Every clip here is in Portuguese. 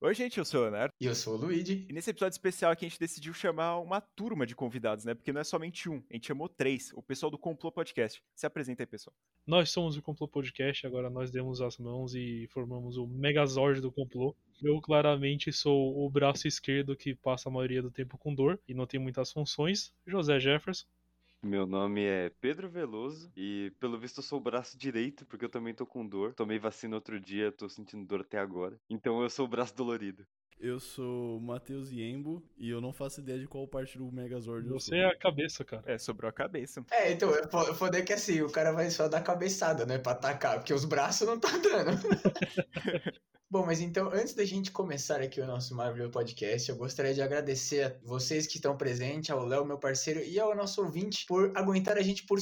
Oi, gente, eu sou o Leonardo. E eu sou o Luigi. E nesse episódio especial aqui a gente decidiu chamar uma turma de convidados, né? Porque não é somente um, a gente chamou 3, o pessoal do Complô Podcast. Se apresenta aí, pessoal. Nós somos o Complô Podcast, agora nós demos as mãos e formamos o Megazord do Complô. Eu claramente sou o braço esquerdo que passa a maioria do tempo com dor e não tem muitas funções. José Jefferson. Meu nome é Pedro Veloso e, pelo visto, eu sou o braço direito, porque eu também tô com dor. Tomei vacina outro dia, tô sentindo dor até agora. Então eu sou o braço dolorido. Eu sou o Matheus Iembo e eu não faço ideia de qual parte do Megazord eu Você sou. é a cabeça, cara. Sobrou a cabeça. Então, eu foder que assim, o cara vai só dar cabeçada, né, pra atacar, porque os braços não tá dando. Bom, mas então, antes da gente começar aqui o nosso maravilhoso podcast, eu gostaria de agradecer a vocês que estão presentes, ao Léo, meu parceiro, e ao nosso ouvinte por aguentar a gente por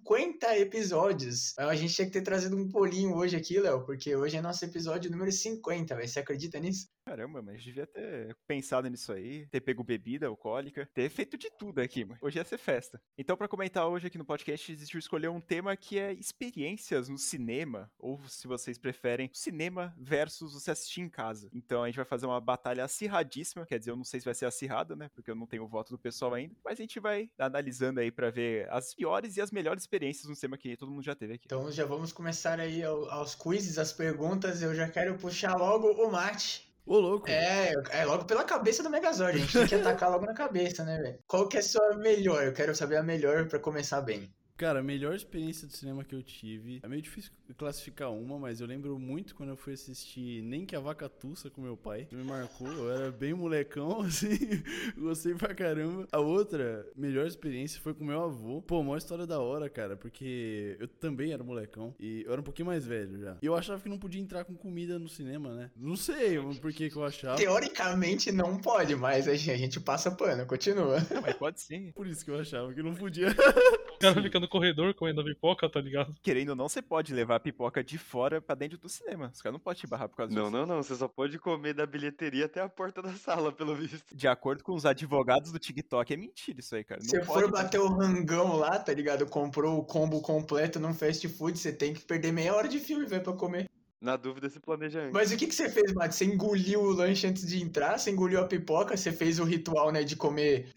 50 episódios. A gente tinha que ter trazido um bolinho hoje aqui, Léo, porque hoje é nosso episódio número 50, velho. Você acredita nisso? Caramba, mas devia ter pensado nisso aí, ter pego bebida alcoólica, ter feito de tudo aqui, mano. Hoje ia ser festa. Então, pra comentar hoje aqui no podcast, a gente escolheu um tema que é experiências no cinema, ou se vocês preferem, cinema versus você assistir em casa. Então, a gente vai fazer uma batalha acirradíssima, quer dizer, eu não sei se vai ser acirrada, né, porque eu não tenho o voto do pessoal ainda, mas a gente vai analisando aí pra ver as piores e as melhores experiências no cinema que todo mundo já teve aqui. Então já vamos começar aí aos quizzes, as perguntas. Eu já quero puxar logo o mate. Ô, louco! É logo pela cabeça do Megazord, a gente tem que atacar logo na cabeça, né, velho? Qual que é a sua melhor? Eu quero saber a melhor pra começar bem. Cara, a melhor experiência do cinema que eu tive, é meio difícil classificar uma, mas eu lembro muito quando eu fui assistir Nem Que a Vaca Tussa com meu pai. Me marcou, eu era bem molecão, assim, gostei pra caramba. A outra melhor experiência foi com meu avô. Pô, uma história da hora, cara, porque eu também era molecão e eu era um pouquinho mais velho já. E eu achava que não podia entrar com comida no cinema, né? Não sei por que eu achava. Teoricamente não pode, mas a gente passa pano, continua. Não, mas pode sim. Por isso que eu achava que não podia. O cara fica no corredor comendo a pipoca, tá ligado? Querendo ou não, você pode levar a pipoca de fora pra dentro do cinema. Os caras não podem te barrar por causa disso. Não, você só pode comer da bilheteria até a porta da sala, pelo visto. De acordo com os advogados do TikTok, é mentira isso aí, cara. Não Se pode for bater o rangão lá, tá ligado? Comprou o combo completo num fast food, você tem que perder meia hora de filme, velho, pra comer. Na dúvida, se planeja antes. Mas o que você fez, Mate? Você engoliu o lanche antes de entrar? Você engoliu a pipoca? Você fez o ritual, né, de comer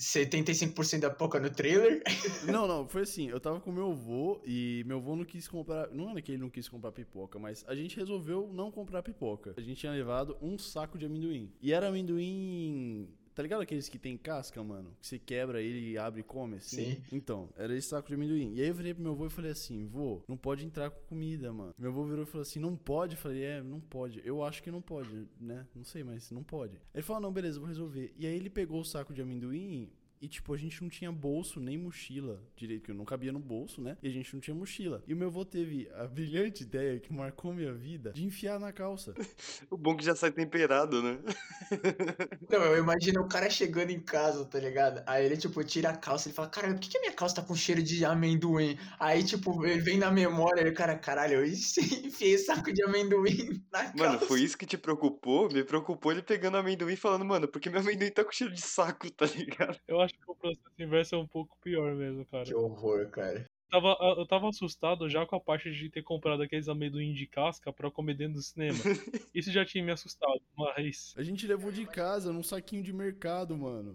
75% da pipoca no trailer? Não, foi assim, eu tava com meu avô e meu avô não quis comprar, não era que ele não quis comprar pipoca, mas a gente resolveu não comprar pipoca. A gente tinha levado um saco de amendoim. E era amendoim, tá ligado aqueles que tem casca, mano? Que você quebra ele e abre e come, assim? Sim. Então, era esse saco de amendoim. E aí eu virei pro meu avô e falei assim, vô, não pode entrar com comida, mano. Meu avô virou e falou assim, não pode? Eu falei, não pode. Eu acho que não pode, né? Não sei, mas não pode. Ele falou, não, beleza, vou resolver. E aí ele pegou o saco de amendoim e, tipo, a gente não tinha bolso nem mochila direito, que eu não cabia no bolso, né? E a gente não tinha mochila. E o meu avô teve a brilhante ideia, que marcou minha vida, de enfiar na calça. O bom que já sai temperado, né? Não, eu imagino o cara chegando em casa, tá ligado? Aí ele, tipo, tira a calça e fala, caralho, por que a minha calça tá com cheiro de amendoim? Aí, tipo, ele vem na memória e o cara, caralho, eu enfiei saco de amendoim na calça. Mano, foi isso que te preocupou? Me preocupou ele pegando amendoim e falando, mano, porque meu amendoim tá com cheiro de saco, tá ligado? Eu acho que o processo inverso é um pouco pior mesmo, cara. Que horror, cara. Eu tava assustado já com a parte de ter comprado aqueles amendoim de casca pra comer dentro do cinema. Isso já tinha me assustado, mas... A gente levou de casa num saquinho de mercado, mano.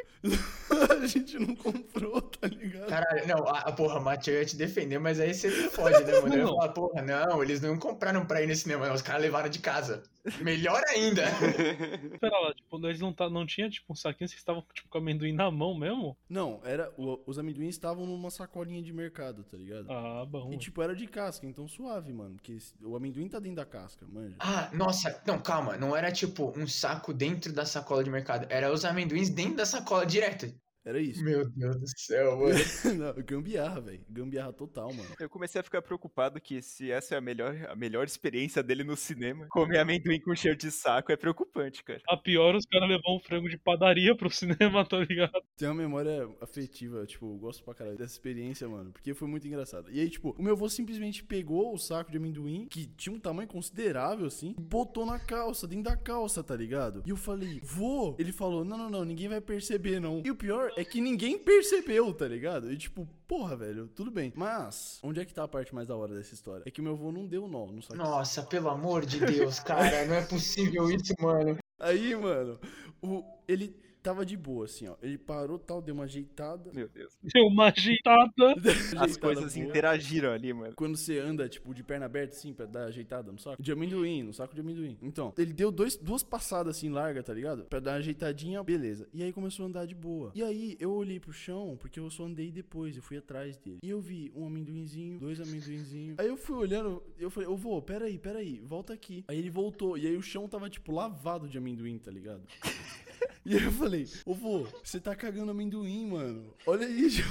A gente não comprou, tá ligado? Caralho, não, porra, Mate, eu ia te defender, mas aí você me fode, né, mano? Eu ia falar, porra, não, eles não compraram pra ir no cinema, não, os caras levaram de casa. Melhor ainda. Pera lá, tipo, eles não tinha tipo um saquinho, vocês estavam tipo, com amendoim na mão mesmo? Não, os amendoins estavam numa sacolinha de mercado, tá ligado? Ah, bom. E tipo, era de casca, então suave, mano. Porque o amendoim tá dentro da casca, manja. Ah, nossa, não, calma, não era tipo um saco dentro da sacola de mercado, era os amendoins dentro da sacola direto. Era isso. Meu Deus do céu, mano. Não, gambiarra, velho. Gambiarra total, mano. Eu comecei a ficar preocupado que se essa é a melhor experiência dele no cinema, comer amendoim com cheiro de saco é preocupante, cara. A pior, os caras levam um frango de padaria pro cinema, tá ligado? Tem uma memória afetiva, tipo, eu gosto pra caralho dessa experiência, mano, porque foi muito engraçado. E aí, tipo, o meu avô simplesmente pegou o saco de amendoim, que tinha um tamanho considerável, assim, e botou na calça, dentro da calça, tá ligado? E eu falei, vô, ele falou, não, ninguém vai perceber, não. E o pior é que ninguém percebeu, tá ligado? E tipo, porra, velho, tudo bem. Mas, onde é que tá a parte mais da hora dessa história? É que o meu avô não deu nó no saco. Nossa, pelo amor de Deus, cara, não é possível isso, mano. Aí, mano, ele tava de boa, assim, ó. Ele parou, tal, deu uma ajeitada. Meu Deus. Deu uma agitada. As coisas boa. interagiram ali, mano. Quando você anda, tipo, de perna aberta, assim, pra dar ajeitada no saco. No saco de amendoim. Então, ele deu duas passadas, assim, larga, tá ligado? Pra dar uma ajeitadinha, beleza. E aí começou a andar de boa. E aí, eu olhei pro chão, porque eu só andei depois, eu fui atrás dele. E eu vi um amendoinzinho, 2 amendoinzinhos. Aí eu fui olhando, eu falei, ô vô, peraí, volta aqui. Aí ele voltou, e aí o chão tava, tipo, lavado de amendoim, tá ligado? E aí eu falei, ô vô, você tá cagando amendoim, mano. Olha aí, João.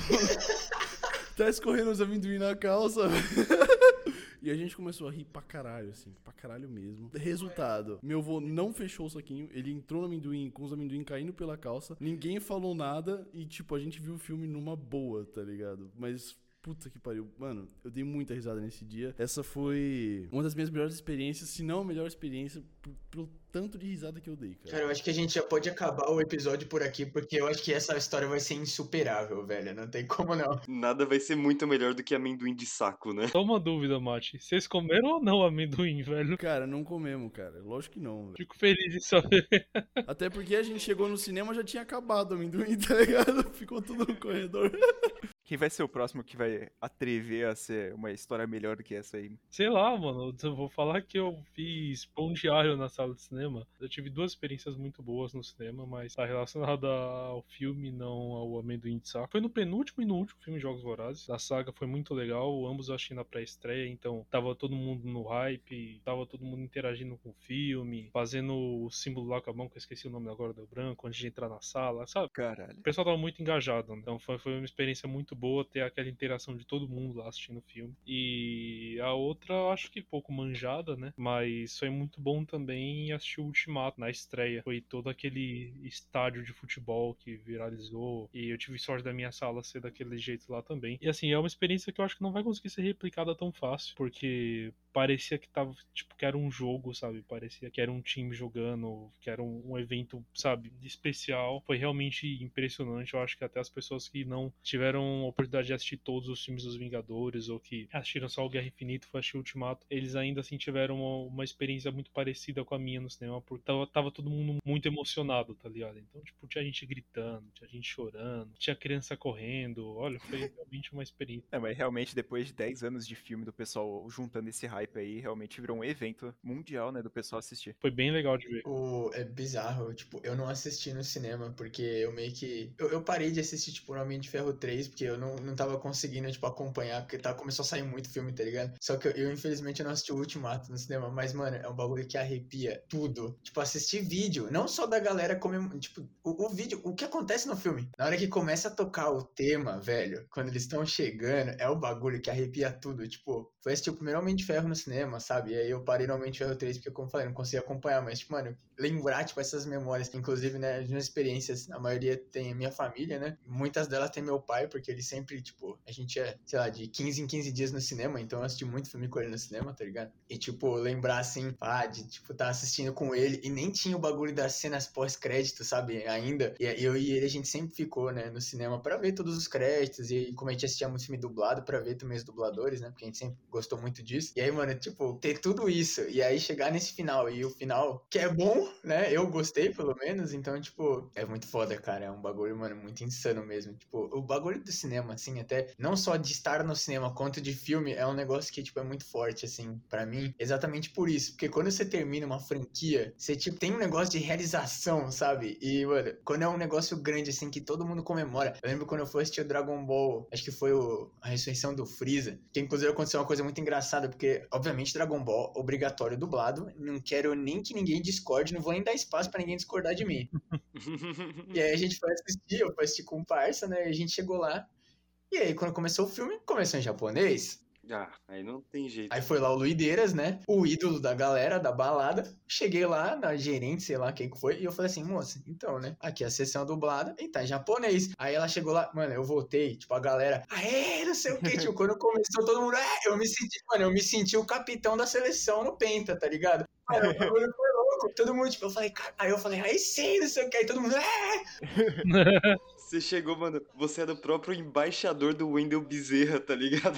Tá escorrendo os amendoim na calça. E a gente começou a rir pra caralho, assim, pra caralho mesmo. Resultado, meu vô não fechou o saquinho, ele entrou no amendoim com os amendoim caindo pela calça, ninguém falou nada e, tipo, a gente viu o filme numa boa, tá ligado? Mas... puta que pariu. Mano, eu dei muita risada nesse dia. Essa foi uma das minhas melhores experiências, se não a melhor experiência, pelo tanto de risada que eu dei, cara. Cara, eu acho que a gente já pode acabar o episódio por aqui, porque eu acho que essa história vai ser insuperável, velho. Não tem como não. Nada vai ser muito melhor do que amendoim de saco, né? Só uma dúvida, Mate. Vocês comeram ou não amendoim, velho? Cara, não comemos, cara. Lógico que não, velho. Fico feliz de saber. Até porque a gente chegou no cinema, já tinha acabado o amendoim, tá ligado? Ficou tudo no corredor. Quem vai ser o próximo que vai atrever a ser uma história melhor do que essa aí? Sei lá, mano. Eu vou falar que eu fiz pão diário na sala de cinema. Eu tive 2 experiências muito boas no cinema, mas tá relacionada ao filme, não ao amendoim de saco. Foi no penúltimo e no último filme Jogos Vorazes. A saga foi muito legal, ambos eu achei na pré-estreia, então tava todo mundo no hype, tava todo mundo interagindo com o filme, fazendo o símbolo lá com a mão, que eu esqueci o nome agora do branco, antes de entrar na sala, sabe? Caralho. O pessoal tava muito engajado, então foi uma experiência muito boa ter aquela interação de todo mundo lá assistindo o filme. E a outra, eu acho que pouco manjada, né? Mas foi muito bom também assistir o Ultimato na estreia. Foi todo aquele estádio de futebol que viralizou. E eu tive sorte da minha sala ser daquele jeito lá também. E assim, é uma experiência que eu acho que não vai conseguir ser replicada tão fácil, porque parecia que tava, tipo, que era um jogo, sabe? Parecia que era um time jogando, que era um evento, sabe, especial. Foi realmente impressionante. Eu acho que até as pessoas que não tiveram a oportunidade de assistir todos os filmes dos Vingadores, ou que assistiram só o Guerra Infinita, foi assistir o Ultimato, eles ainda assim tiveram uma experiência muito parecida com a minha no cinema, porque tava todo mundo muito emocionado, tá ligado? Então, tipo, tinha gente gritando, tinha gente chorando, tinha criança correndo. Olha, foi realmente uma experiência. Mas realmente depois de 10 anos de filme do pessoal juntando esse hype aí, realmente virou um evento mundial, né, do pessoal assistir. Foi bem legal de ver. É bizarro, tipo, eu não assisti no cinema, porque eu meio que... Eu parei de assistir, tipo, no Homem de Ferro 3, porque eu não tava conseguindo, tipo, acompanhar, porque começou a sair muito filme, tá ligado? Só que eu infelizmente, não assisti o Ultimato no cinema, mas, mano, é um bagulho que arrepia tudo. Tipo, assistir vídeo, não só da galera comemorando, tipo, o vídeo, o que acontece no filme? Na hora que começa a tocar o tema, velho, quando eles estão chegando, é o bagulho que arrepia tudo, tipo... Foi assistir o primeiro Homem de Ferro no cinema, sabe? E aí eu parei no Homem de Ferro 3, porque, como eu falei, não consegui acompanhar, mas, tipo, mano, lembrar, tipo, essas memórias, inclusive, né, as minhas experiências, a maioria tem a minha família, né? Muitas delas tem meu pai, porque ele sempre, tipo, a gente é, sei lá, de 15 em 15 dias no cinema, então eu assisti muito filme com ele no cinema, tá ligado? E, tipo, lembrar, assim, de, tipo, tá assistindo com ele, e nem tinha o bagulho das cenas pós-crédito, sabe? Ainda. E eu e ele, a gente sempre ficou, né, no cinema pra ver todos os créditos, e como a gente assistia muito filme dublado, pra ver também os dubladores, né? Porque a gente sempre gostou muito disso. E aí, mano, tipo, ter tudo isso, e aí chegar nesse final, e o final, que é bom, né? Eu gostei, pelo menos, então, tipo, é muito foda, cara. É um bagulho, mano, muito insano mesmo. Tipo, o bagulho do cinema, assim, até não só de estar no cinema, quanto de filme, é um negócio que, tipo, é muito forte, assim, pra mim, exatamente por isso. Porque quando você termina uma franquia, você, tipo, tem um negócio de realização, sabe? E, mano, quando é um negócio grande, assim, que todo mundo comemora. Eu lembro quando eu fui assistir o Dragon Ball, acho que foi a ressurreição do Freeza, que inclusive aconteceu uma coisa muito engraçada, porque, obviamente, Dragon Ball, obrigatório dublado, não quero nem que ninguém discorde, não vou nem dar espaço pra ninguém discordar de mim. E aí a gente foi assistir, eu fui assistir com um parça, né, e a gente chegou lá, e aí quando começou o filme, começou em japonês. Aí não tem jeito. Aí foi lá o Luideiras, né? O ídolo da galera, da balada. Cheguei lá na gerente, sei lá quem que foi. E eu falei assim, moça, então, né? Aqui é a sessão dublada e tá em japonês. Aí ela chegou lá, mano, eu voltei, tipo, a galera, não sei o que, tipo, quando começou todo mundo, eu me senti o capitão da seleção no Penta, tá ligado? Mano, o bagulho foi louco. louco. Todo mundo, tipo, eu falei, cara, aí eu falei, aí sim, não sei o que, aí todo mundo, Você chegou, mano, você era o próprio embaixador do Wendel Bezerra, tá ligado?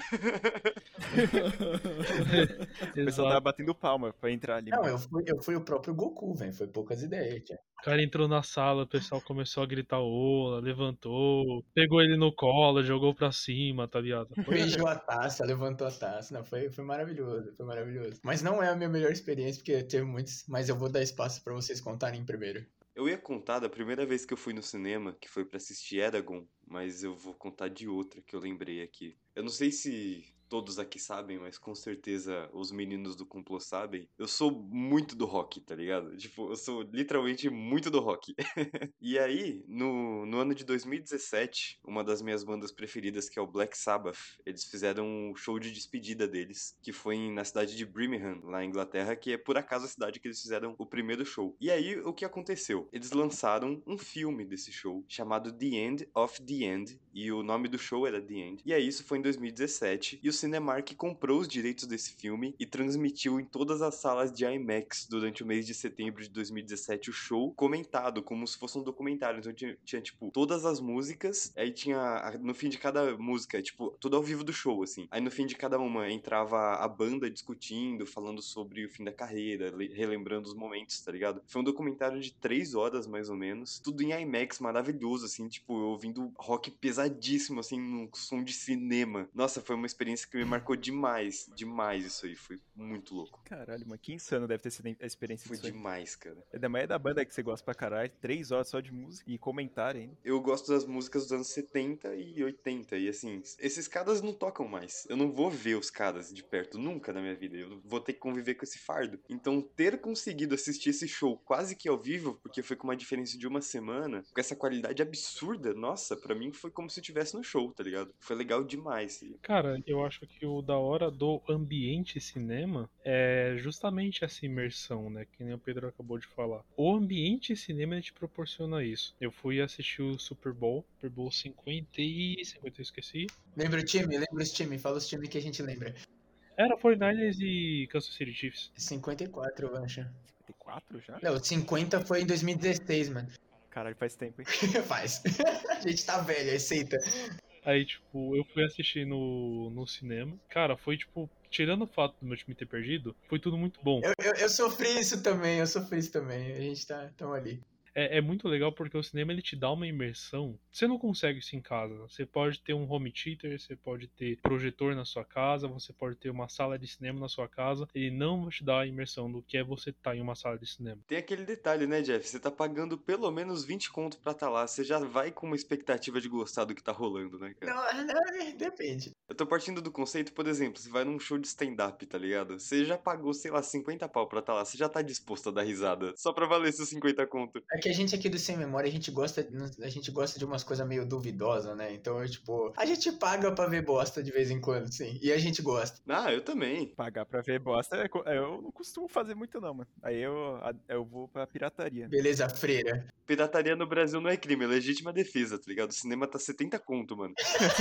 O pessoal tava Exato. batendo palma pra entrar ali, Não, mano. eu fui o próprio Goku, velho, foi poucas ideias, tia. O cara entrou na sala, o pessoal começou a gritar ola, levantou, pegou ele no colo, jogou pra cima, tá ligado? Foi Beijou a taça, levantou a taça. Não, foi maravilhoso, foi maravilhoso. Mas não é a minha melhor experiência, porque teve muitos, mas eu vou dar espaço pra vocês contarem primeiro. Eu ia contar da primeira vez que eu fui no cinema, que foi pra assistir Eragon, mas eu vou contar de outra que eu lembrei aqui. Eu não sei se todos aqui sabem, mas com certeza os meninos do complô sabem. Eu sou muito do rock, tá ligado? Tipo, eu sou literalmente muito do rock. E aí, no ano de 2017, uma das minhas bandas preferidas, que é o Black Sabbath, eles fizeram um show de despedida deles, que foi na cidade de Birmingham, lá na Inglaterra, que é por acaso a cidade que eles fizeram o primeiro show. E aí, o que aconteceu? Eles lançaram um filme desse show, chamado The End of the End, e o nome do show era The End. E aí, isso foi em 2017, e o Cinemark comprou os direitos desse filme e transmitiu em todas as salas de IMAX durante o mês de setembro de 2017 o show comentado, como se fosse um documentário. Então tinha tipo, todas as músicas, aí tinha, no fim de cada música, tipo, tudo ao vivo do show, assim. Aí no fim de cada uma entrava a banda discutindo, falando sobre o fim da carreira, relembrando os momentos, tá ligado? Foi um documentário de 3 horas, mais ou menos. Tudo em IMAX, maravilhoso, assim, tipo, eu ouvindo rock pesadíssimo, assim, num som de cinema. Nossa, foi uma experiência que me marcou demais, demais isso aí. Foi muito louco. Caralho, mano, que insano deve ter sido a experiência Foi disso aí. demais, cara. Ainda mais da banda que você gosta pra caralho, 3 horas só de música e comentário ainda. Eu gosto das músicas dos anos 70 e 80, e assim, esses caras não tocam mais. Eu não vou ver os caras de perto nunca na minha vida. Eu vou ter que conviver com esse fardo. Então, ter conseguido assistir esse show quase que ao vivo, porque foi com uma diferença de uma semana, com essa qualidade absurda, nossa, pra mim foi como se eu estivesse no show, tá ligado? Foi legal demais. Cara, eu acho que o da hora do ambiente cinema é justamente essa imersão, né? Que nem o Pedro acabou de falar. O ambiente cinema ele te proporciona isso. Eu fui assistir o Super Bowl 50 eu esqueci. Lembra o time? Lembra os times? Fala os times que a gente lembra. Era 49ers e Kansas City Chiefs. 54, eu acho. 54 já? Não, 50 foi em 2016, mano. Caralho, faz tempo, hein? Faz. A gente tá velho, aceita. Aí, tipo, eu fui assistir no cinema. Cara, foi tipo, tirando o fato do meu time ter perdido, foi tudo muito bom. Eu sofri isso também, eu sofri isso também. A gente tá tão ali. É muito legal porque o cinema ele te dá uma imersão. Você não consegue isso em casa. Você pode ter um home theater, você pode ter projetor na sua casa, você pode ter uma sala de cinema na sua casa. Ele não vai te dar a imersão do que é você estar em uma sala de cinema. Tem aquele detalhe, né, Jeff? Você tá pagando pelo menos 20 conto pra tá lá. Você já vai com uma expectativa de gostar do que tá rolando, né, cara? Não, depende. Eu tô partindo do conceito, por exemplo, você vai num show de stand-up, tá ligado? Você já pagou, sei lá, 50 pau pra tá lá. Você já tá disposto a dar risada. Só pra valer esses 50 conto. É que a gente aqui do Sem Memória, a gente gosta de umas coisas meio duvidosas, né? Então, tipo, a gente paga pra ver bosta de vez em quando, sim. E a gente gosta. Ah, eu também. Pagar pra ver bosta, eu não costumo fazer muito não, mano. Aí eu vou pra pirataria. Beleza, freira. Pirataria no Brasil não é crime, é legítima defesa, tá ligado? O cinema tá 70 conto, mano.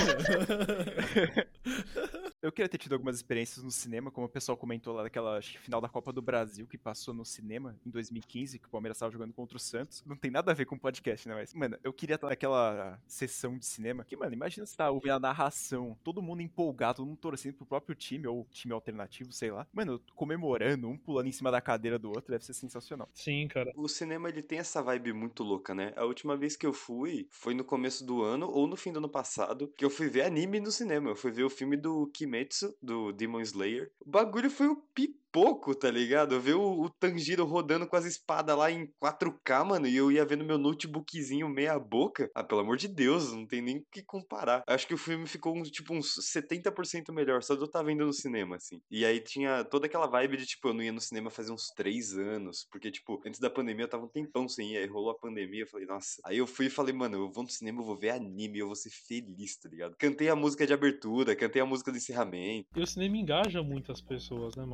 Eu queria ter tido algumas experiências no cinema, como o pessoal comentou lá daquela final da Copa do Brasil que passou no cinema em 2015, que o Palmeiras estava jogando contra o Santos. Não tem nada a ver com podcast, né? Mas, mano, eu queria estar naquela sessão de cinema que, mano, imagina você tá ouvindo a narração, todo mundo empolgado, todo mundo torcendo pro próprio time, ou time alternativo, sei lá. Mano, comemorando, um pulando em cima da cadeira do outro, deve ser sensacional. Sim, cara. O cinema, ele tem essa vibe muito louca, né? A última vez que eu fui foi no começo do ano ou no fim do ano passado, que eu fui ver anime no cinema. Eu fui ver o filme do Kimetsu, do Demon Slayer. O bagulho foi um pipoco, tá ligado? Eu vi o Tanjiro rodando com as espadas lá em 4K, mano, e eu ia vendo meu notebookzinho meia boca. Ah, pelo amor de Deus, não tem nem o que comparar. Acho que o filme ficou tipo uns 70% melhor, só de eu estar vendo no cinema, assim. E aí tinha toda aquela vibe de, tipo, eu não ia no cinema fazia uns 3 anos, porque, tipo, antes da pandemia eu tava um tempão sem ir, aí rolou a pandemia, eu falei, nossa. Aí eu fui e falei, mano, eu vou no cinema, eu vou ver anime, eu vou ser feliz, tá ligado? Cantei a música de abertura, cantei a música do encerramento. E o cinema engaja muitas pessoas, né, mano?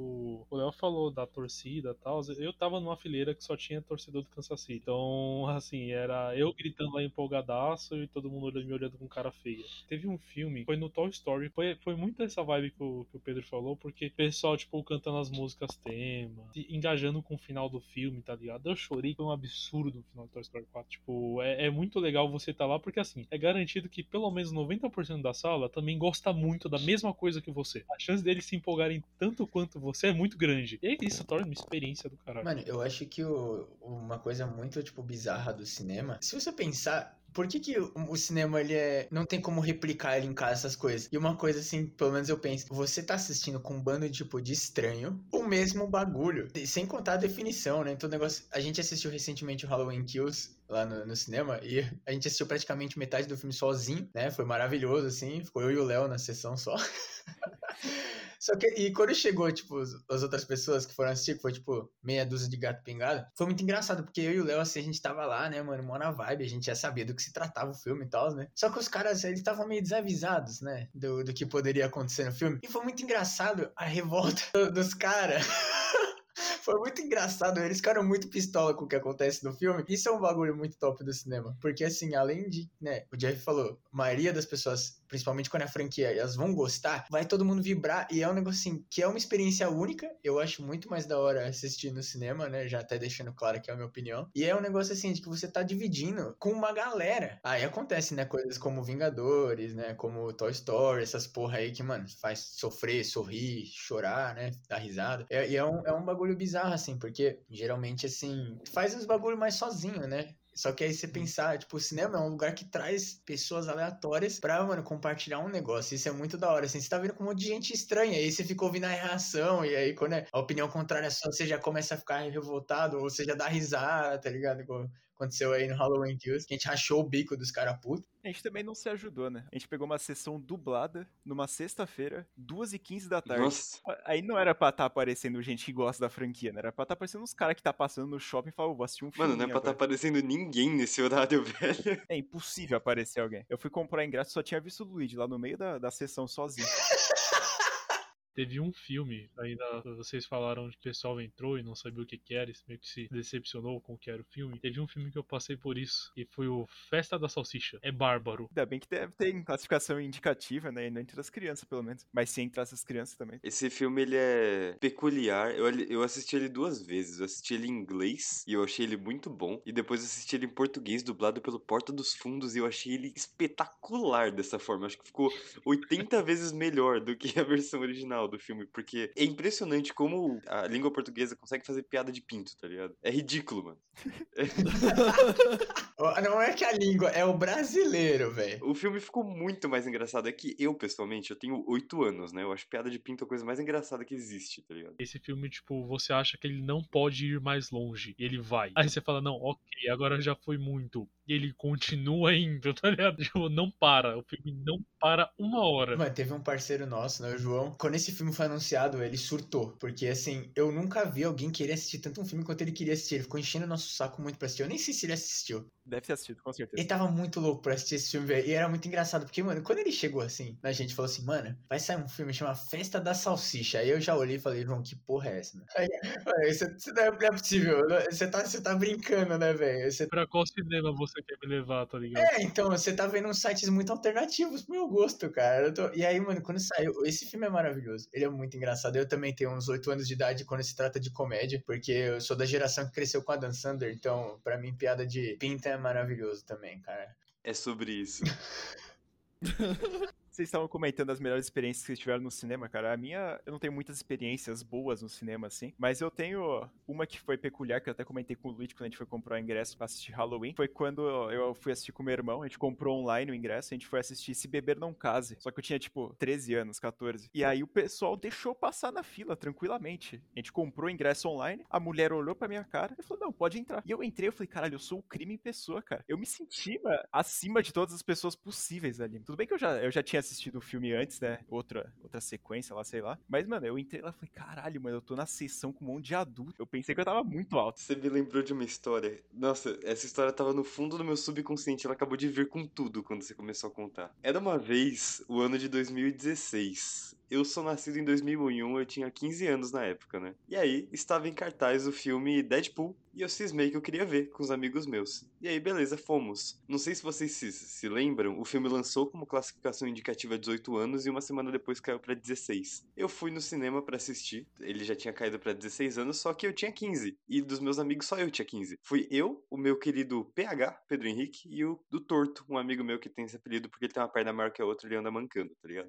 o Léo falou da torcida e tal. Eu tava numa fileira que só tinha torcedor do Kansas City. Então, assim, era eu gritando lá empolgadaço e todo mundo me olhando com cara feia. Teve um filme, foi no Toy Story. Foi muito essa vibe que o Pedro falou, porque o pessoal, tipo, cantando as músicas tema, engajando com o final do filme, tá ligado? Eu chorei, foi um absurdo no final do Toy Story 4. Tipo, é muito legal você tá lá, porque assim, é garantido que pelo menos 90% da sala também gosta muito da mesma coisa que você. A chance deles se empolgarem tanto quanto você é muito grande. E isso torna uma experiência do caralho. Mano, eu acho que uma coisa muito, tipo, bizarra do cinema, se você pensar, por que o cinema, não tem como replicar ele em casa, essas coisas? E uma coisa assim, pelo menos eu penso, você tá assistindo com um bando, tipo, de estranho, o mesmo bagulho, e sem contar a definição, né? Então o negócio, a gente assistiu recentemente o Halloween Kills, lá no cinema, e a gente assistiu praticamente metade do filme sozinho, né? Foi maravilhoso, assim, ficou eu e o Léo na sessão só. Só que, e quando chegou, tipo, as outras pessoas que foram assistir, que foi, tipo, meia dúzia de gato pingado, foi muito engraçado, porque eu e o Léo, assim, a gente tava lá, né, mano, mó na vibe, a gente já sabia do que se tratava o filme e tal, né? Só que os caras, eles estavam meio desavisados, né, do que poderia acontecer no filme. E foi muito engraçado a revolta dos caras. Foi muito engraçado, eles ficaram muito pistola com o que acontece no filme. Isso é um bagulho muito top do cinema. Porque, assim, além de, né, o Jeff falou, a maioria das pessoas, principalmente quando é franquia, elas vão gostar, vai todo mundo vibrar. E é um negócio, assim, que é uma experiência única. Eu acho muito mais da hora assistir no cinema, né? Já até deixando claro que é a minha opinião. E é um negócio, assim, de que você tá dividindo com uma galera. Aí acontece, né, coisas como Vingadores, né, como Toy Story, essas porra aí que, mano, faz sofrer, sorrir, chorar, né, dar risada. E é um bagulho bizarro, assim, porque geralmente, assim, faz uns bagulho mais sozinho, né? Só que aí você pensar, tipo, o cinema é um lugar que traz pessoas aleatórias pra, mano, compartilhar um negócio. Isso é muito da hora, assim. Você tá vendo com um monte de gente estranha, aí você fica ouvindo a reação, e aí quando é a opinião contrária sua, você já começa a ficar revoltado, ou você já dá risada, tá ligado? Igual aconteceu aí no Halloween Kills, que a gente rachou o bico dos caras putos. A gente também não se ajudou, né? A gente pegou uma sessão dublada numa sexta-feira, 2h15 da tarde. Nossa. Aí não era pra estar aparecendo gente que gosta da franquia, né? Era pra estar aparecendo uns caras que tá passando no shopping e falam, vou assistir um filme. Mano, não é pra tá aparecendo ninguém nesse horário, velho. É impossível aparecer alguém. Eu fui comprar ingresso e só tinha visto o Luigi lá no meio da sessão sozinho. Teve um filme, ainda vocês falaram que o pessoal entrou e não sabia o que era, e meio que se decepcionou com o que era o filme. Teve um filme que eu passei por isso, e foi o Festa da Salsicha. É bárbaro. Ainda bem que deve ter classificação indicativa, né? E não entre as crianças, pelo menos. Mas se entrasse as crianças também. Esse filme, ele é peculiar. Eu assisti ele 2 vezes. Eu assisti ele em inglês e eu achei ele muito bom. E depois eu assisti ele em português, dublado pelo Porta dos Fundos, e eu achei ele espetacular dessa forma. Acho que ficou 80 vezes melhor do que a versão original do filme, porque é impressionante como a língua portuguesa consegue fazer piada de pinto, tá ligado? É ridículo, mano. Não é que a língua, é o brasileiro, velho. O filme ficou muito mais engraçado. É que eu, pessoalmente, eu tenho 8 anos, né? Eu acho piada de pinto a coisa mais engraçada que existe, tá ligado? Esse filme, tipo, você acha que ele não pode ir mais longe, e ele vai. Aí você fala, não, ok, agora já foi muito. E ele continua indo, tá ligado? Tipo, não para. O filme não para uma hora. Mano, teve um parceiro nosso, né, o João. Quando esse filme foi anunciado, ele surtou. Porque, assim, eu nunca vi alguém querer assistir tanto um filme quanto ele queria assistir. Ele ficou enchendo o nosso saco muito pra assistir. Eu nem sei se ele assistiu. Deve ter assistido, com certeza. Ele tava muito louco pra assistir esse filme, velho. E era muito engraçado, porque, mano, quando ele chegou assim, a gente falou assim, mano, vai sair um filme chamado Festa da Salsicha. Aí eu já olhei e falei, João, que porra é essa, mano? Aí, mano, isso não é possível. Você tá brincando, né, velho? Pra qual cinema você quer me levar, tá ligado? Então, você tá vendo uns sites muito alternativos pro meu gosto, cara. E aí, mano, quando saiu, esse filme é maravilhoso. Ele é muito engraçado. Eu também tenho uns 8 anos de idade quando se trata de comédia, porque eu sou da geração que cresceu com a Dan Sandler, então, pra mim, piada de pinta é maravilhoso também, cara. É sobre isso. Vocês estavam comentando as melhores experiências que vocês tiveram no cinema, cara. A minha, eu não tenho muitas experiências boas no cinema, assim. Mas eu tenho uma que foi peculiar, que eu até comentei com o Luigi quando a gente foi comprar o ingresso pra assistir Halloween. Foi quando eu fui assistir com meu irmão, a gente comprou online o ingresso, a gente foi assistir Se Beber Não Case. Só que eu tinha, tipo, 13 anos, 14. E aí o pessoal deixou passar na fila, tranquilamente. A gente comprou o ingresso online, a mulher olhou pra minha cara e falou, não, pode entrar. E eu entrei, eu falei, caralho, eu sou o crime em pessoa, cara. Eu me senti acima de todas as pessoas possíveis ali. Tudo bem que eu já tinha assistido o filme antes, né? Outra sequência lá, sei lá. Mas, mano, eu entrei lá e falei, caralho, mano, eu tô na sessão com um monte de adulto. Eu pensei que eu tava muito alto. Você me lembrou de uma história. Nossa, essa história tava no fundo do meu subconsciente. Ela acabou de vir com tudo quando você começou a contar. Era uma vez, o ano de 2016. eu sou nascido em 2001, eu tinha 15 anos na época, né? E aí, estava em cartaz o filme Deadpool, e eu cismei que eu queria ver com os amigos meus. E aí, beleza, fomos. Não sei se vocês se lembram, o filme lançou como classificação indicativa 18 anos e uma semana depois caiu pra 16. Eu fui no cinema pra assistir, ele já tinha caído pra 16 anos, só que eu tinha 15. E dos meus amigos só eu tinha 15. Fui eu, o meu querido PH, Pedro Henrique, e o do Torto, um amigo meu que tem esse apelido porque ele tem uma perna maior que a outra e ele anda mancando, tá ligado?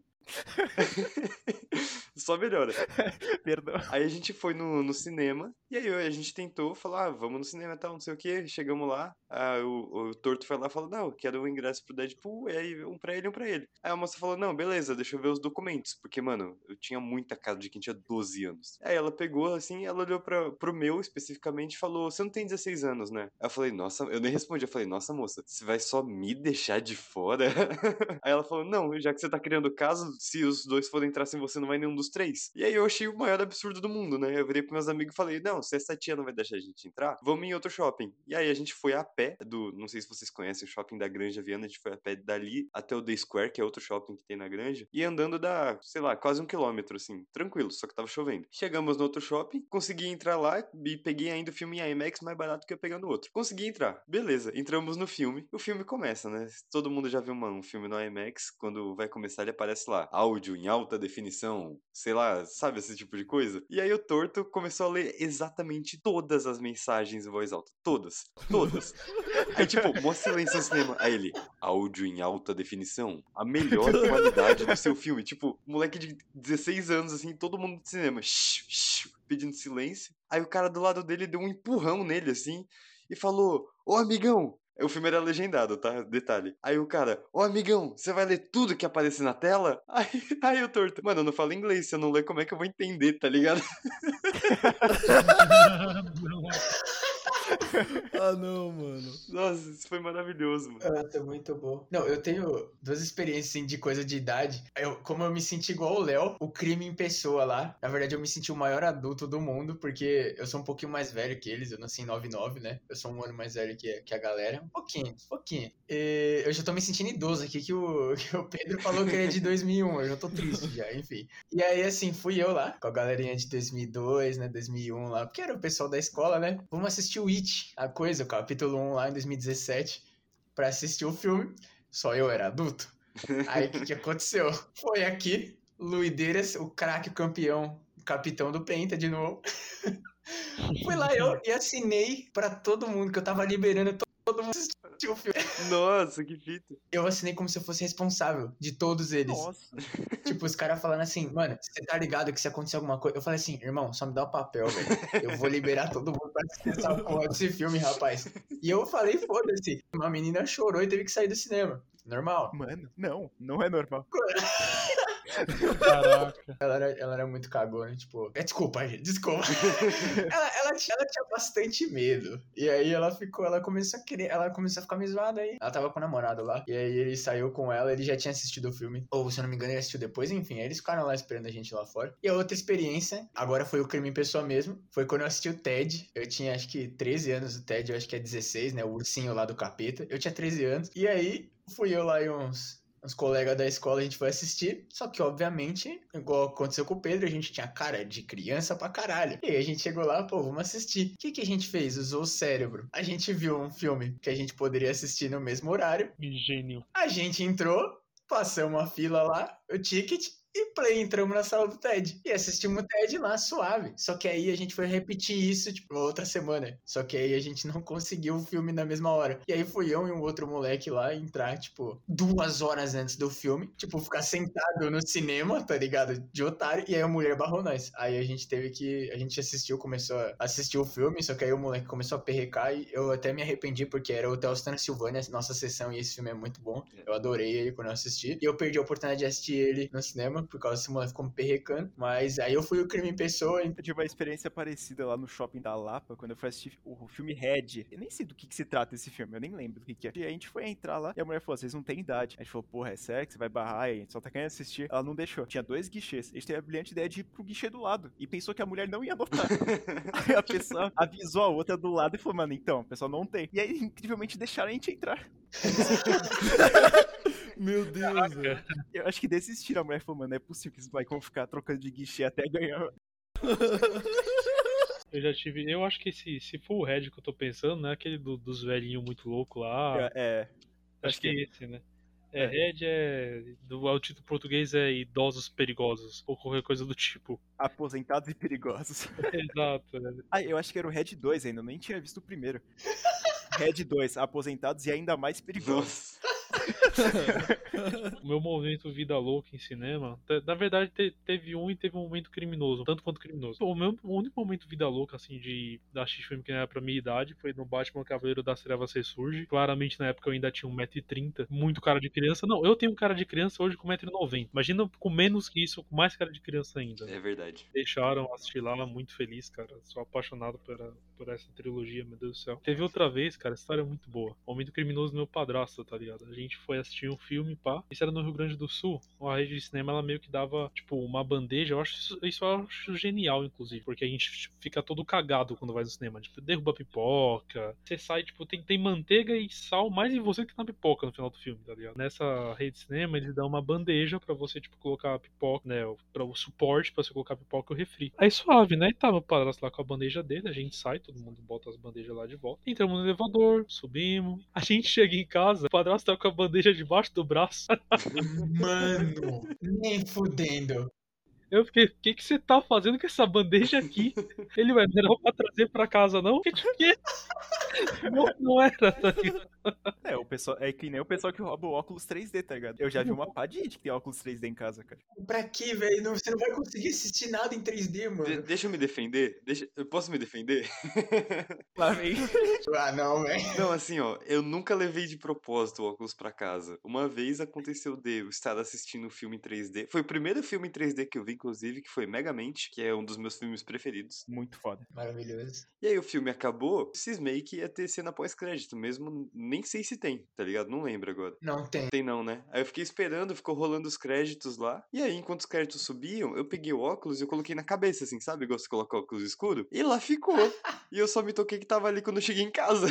Só melhora. Perdão. Aí a gente foi no cinema, e aí a gente tentou falar, vamos no cinema e tal, não sei o que. Chegamos lá, o Torto foi lá e falou, não, eu quero um ingresso pro Deadpool, e aí um pra ele e um pra ele. Aí a moça falou, não, beleza, deixa eu ver os documentos, porque, mano, eu tinha muita cara de quem tinha 12 anos. Aí ela pegou, assim, ela olhou pro meu especificamente e falou, você não tem 16 anos, né? Aí eu falei, nossa, eu nem respondi, eu falei, nossa, moça, você vai só me deixar de fora? Aí ela falou, não, já que você tá criando caso, se os dois forem entrar sem você, não vai nenhum dos três. E aí eu achei o maior absurdo do mundo, né? Eu virei pros meus amigos e falei, não, se essa tia não vai deixar a gente entrar, vamos em outro shopping. E aí a gente foi a pé não sei se vocês conhecem o shopping da Granja Viana, a gente foi a pé dali até o The Square, que é outro shopping que tem na Granja, e andando sei lá, quase 1 quilômetro, assim, tranquilo, só que tava chovendo. Chegamos no outro shopping, consegui entrar lá e peguei ainda o filme em IMAX mais barato que eu pegar no outro. Consegui entrar, beleza, entramos no filme, o filme começa, né? Todo mundo já viu um filme no IMAX, quando vai começar ele aparece lá, áudio em alta definição, sei lá, sabe esse tipo de coisa? E aí o Torto começou a ler exatamente todas as mensagens em voz alta, todas. Aí tipo, mó silêncio no cinema. Aí ele, áudio em alta definição, a melhor qualidade do seu filme. Tipo, moleque de 16 anos, assim, todo mundo do cinema, pedindo silêncio. Aí o cara do lado dele deu um empurrão nele, assim, e falou, ô amigão, o filme era legendado, tá? Detalhe. Aí o cara, ô amigão, você vai ler tudo que aparece na tela? Aí o Torto, mano, eu não falo inglês, se eu não ler, como é que eu vou entender, tá ligado? Ah, não, mano. Nossa, isso foi maravilhoso, mano. Tá muito bom. Não, eu tenho 2 experiências assim, de coisa de idade. Como eu me senti igual o Léo, o crime em pessoa lá. Na verdade, eu me senti o maior adulto do mundo, porque eu sou um pouquinho mais velho que eles. Eu nasci em 99, né? Eu sou um ano mais velho que a galera. Um pouquinho. E eu já tô me sentindo idoso aqui, que o Pedro falou que ele é de 2001. Eu já tô triste já, enfim. E aí, assim, fui eu lá, com a galerinha de 2002, né? 2001 lá, porque era o pessoal da escola, né? Vamos assistir o It, a coisa, o capítulo 1 lá em 2017, pra assistir o filme. Só eu era adulto. Aí o que aconteceu? Foi aqui, Luideiras, o craque, o campeão, o capitão do Penta de novo. Fui lá eu e assinei pra todo mundo, que eu tava liberando todo mundo assistir o filme. Nossa, que fita. Eu assinei como se eu fosse responsável de todos eles. Nossa. Tipo, os caras falando assim, mano, você tá ligado que se acontecer alguma coisa... Eu falei assim, irmão, só me dá o papel, velho. Eu vou liberar todo mundo pra assistir essa porra desse filme, rapaz. E eu falei, foda-se. Uma menina chorou e teve que sair do cinema. Normal. Mano, não é normal. Caraca. Ela era muito cagona, tipo... Desculpa, gente, desculpa. ela tinha bastante medo. E aí ela começou a ficar meio zoada aí. Ela tava com o namorado lá. E aí ele saiu com ela, ele já tinha assistido o filme. Ou, se eu não me engano, ele assistiu depois. Enfim, aí eles ficaram lá esperando a gente lá fora. E a outra experiência, agora foi o crime em pessoa mesmo, foi quando eu assisti o Ted. Eu tinha, acho que, 13 anos. O Ted, eu acho que é 16, né? O ursinho lá do capeta. Eu tinha 13 anos. E aí, fui eu lá e uns colegas da escola, a gente foi assistir, só que obviamente, igual aconteceu com o Pedro, a gente tinha cara de criança pra caralho. E aí a gente chegou lá, pô, vamos assistir. O que a gente fez? Usou o cérebro. A gente viu um filme que a gente poderia assistir no mesmo horário. Gênio. A gente entrou, passamos a fila lá, o ticket, e play, entramos na sala do TED. E assistimos o TED lá, suave. Só que aí a gente foi repetir isso, tipo, outra semana. Só que aí a gente não conseguiu o filme na mesma hora. E aí fui eu e um outro moleque lá entrar, tipo, 2 horas antes do filme. Tipo, ficar sentado no cinema, tá ligado? De otário. E aí a mulher barrou nós. Aí a gente começou a assistir o filme. Só que aí o moleque começou a perrecar. E eu até me arrependi, porque era o Hotel Transilvânia, nossa sessão. E esse filme é muito bom. Eu adorei ele quando eu assisti. E eu perdi a oportunidade de assistir ele no cinema, por causa desse moleque ficou me perrecando. Mas aí eu fui o crime em pessoa. Eu tive uma experiência parecida lá no shopping da Lapa, quando eu fui assistir o filme Red. Eu nem sei do que se trata esse filme, eu nem lembro do que é. E a gente foi entrar lá e a mulher falou, vocês não têm idade. A gente falou, porra, é sério que você vai barrar? E a gente só tá querendo assistir. Ela não deixou. Tinha 2 guichês. A gente teve a brilhante ideia de ir pro guichê do lado. E pensou que a mulher não ia notar. Aí a pessoa avisou a outra do lado e falou, mano, então, o pessoal não tem. E aí, incrivelmente, deixaram a gente entrar. Meu Deus, velho. Eu acho que desistiram. A mulher falou, mano, não é possível que eles vão ficar trocando de guichê até ganhar. Eu já tive. Eu acho que se for o Red que eu tô pensando, não é aquele dos velhinhos muito loucos lá. Acho que é esse, né? É. Red o título português é Idosos Perigosos, ou qualquer coisa do tipo. Aposentados e perigosos. Exato. Né? Ah, eu acho que era o Red 2 ainda, eu nem tinha visto o primeiro. Red 2, aposentados e ainda mais perigosos. Nossa. O meu movimento Vida Louca em cinema, na verdade teve um e teve um momento criminoso, tanto quanto criminoso. O único momento Vida Louca, assim, de assistir filme que não era pra minha idade, foi no Batman Cavaleiro das Trevas Ressurge. Claramente na época eu ainda tinha 1,30 m, muito cara de criança. Não, eu tenho cara de criança hoje com 1,90 m. Imagina com menos que isso, com mais cara de criança ainda. É verdade. Deixaram assistir lá, muito feliz, cara. Sou apaixonado por essa trilogia, meu Deus do céu. Teve outra vez, cara, a história é muito boa. Momento criminoso do meu padrasto, tá ligado? A gente foi assistir um filme, pá. Isso era no Rio Grande do Sul. A rede de cinema, ela meio que dava, tipo, uma bandeja. Isso eu acho genial, inclusive. Porque a gente fica todo cagado quando vai no cinema. Tipo, derruba pipoca. Você sai, tipo, tem manteiga e sal mais em você que na pipoca no final do filme, tá ligado? Nessa rede de cinema, eles dão uma bandeja pra você, tipo, colocar a pipoca, né? Pra o suporte pra você colocar a pipoca e o refri. Aí suave, né? E tava o padrasto lá com a bandeja dele. A gente sai, todo mundo bota as bandejas lá de volta. Entramos no elevador, subimos. A gente chega em casa, o padrasto tá com a bandeja debaixo do braço. Mano, nem fudendo. Eu fiquei, o que você tá fazendo com essa bandeja aqui? Ele, ué, não era pra trazer pra casa, não? Que? Não era, tá ligado? É, o pessoal, é que nem o pessoal que rouba o óculos 3D, tá ligado? Eu já vi uma pá de gente que tem óculos 3D em casa, cara. Pra quê, velho? Você não vai conseguir assistir nada em 3D, mano. Deixa eu me defender. Eu posso me defender? Lá vem. Ah, não, velho. Não, assim, ó, eu nunca levei de propósito o óculos pra casa. Uma vez aconteceu de eu estar assistindo um filme em 3D. Foi o primeiro filme em 3D que eu vi, inclusive, que foi Megamente, que é um dos meus filmes preferidos. Muito foda. Maravilhoso. E aí o filme acabou, cismei que ia ter cena pós-crédito mesmo, nem sei se tem, tá ligado? Não lembro agora. Não tem. Tem não, né? Aí eu fiquei esperando, ficou rolando os créditos lá. E aí, enquanto os créditos subiam, eu peguei o óculos e eu coloquei na cabeça, assim, sabe? Igual você coloca óculos escuro. E lá ficou. E eu só me toquei que tava ali quando eu cheguei em casa.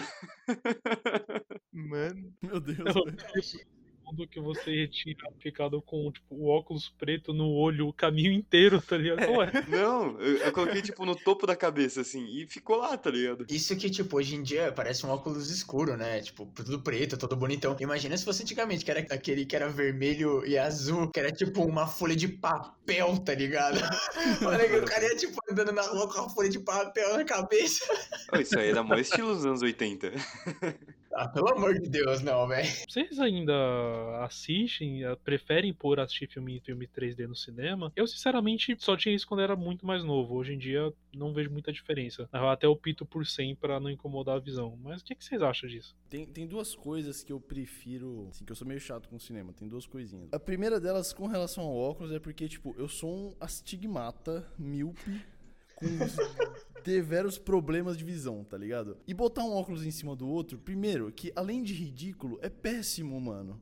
Mano. Meu Deus, Eu, velho. Quando que você tinha ficado com, tipo, o óculos preto no olho o caminho inteiro, tá ligado? Ué, Não, eu coloquei, tipo, no topo da cabeça, assim, e ficou lá, tá ligado? Isso que, tipo, hoje em dia parece um óculos escuro, né? Tipo, tudo preto, todo bonitão. Imagina se fosse antigamente, que era aquele que era vermelho e azul, que era tipo uma folha de papel, tá ligado? Olha que o cara ia, tipo, andando na rua com uma folha de papel na cabeça. Oh, isso aí era mó estilo dos anos 80. Ah, pelo amor de Deus, não, velho. vocês ainda assistem, preferem por assistir filme 3D no cinema? Eu, sinceramente, só tinha isso quando era muito mais novo. Hoje em dia, não vejo muita diferença. Eu até opto por 100 pra não incomodar a visão. Mas o que vocês acham disso? Tem duas coisas que eu prefiro, assim, que eu sou meio chato com o cinema, tem duas coisinhas. A primeira delas, com relação ao óculos, é porque, tipo, eu sou um astigmata, míope, com deveros problemas de visão, tá ligado? E botar um óculos em cima do outro, primeiro, que além de ridículo, é péssimo, mano.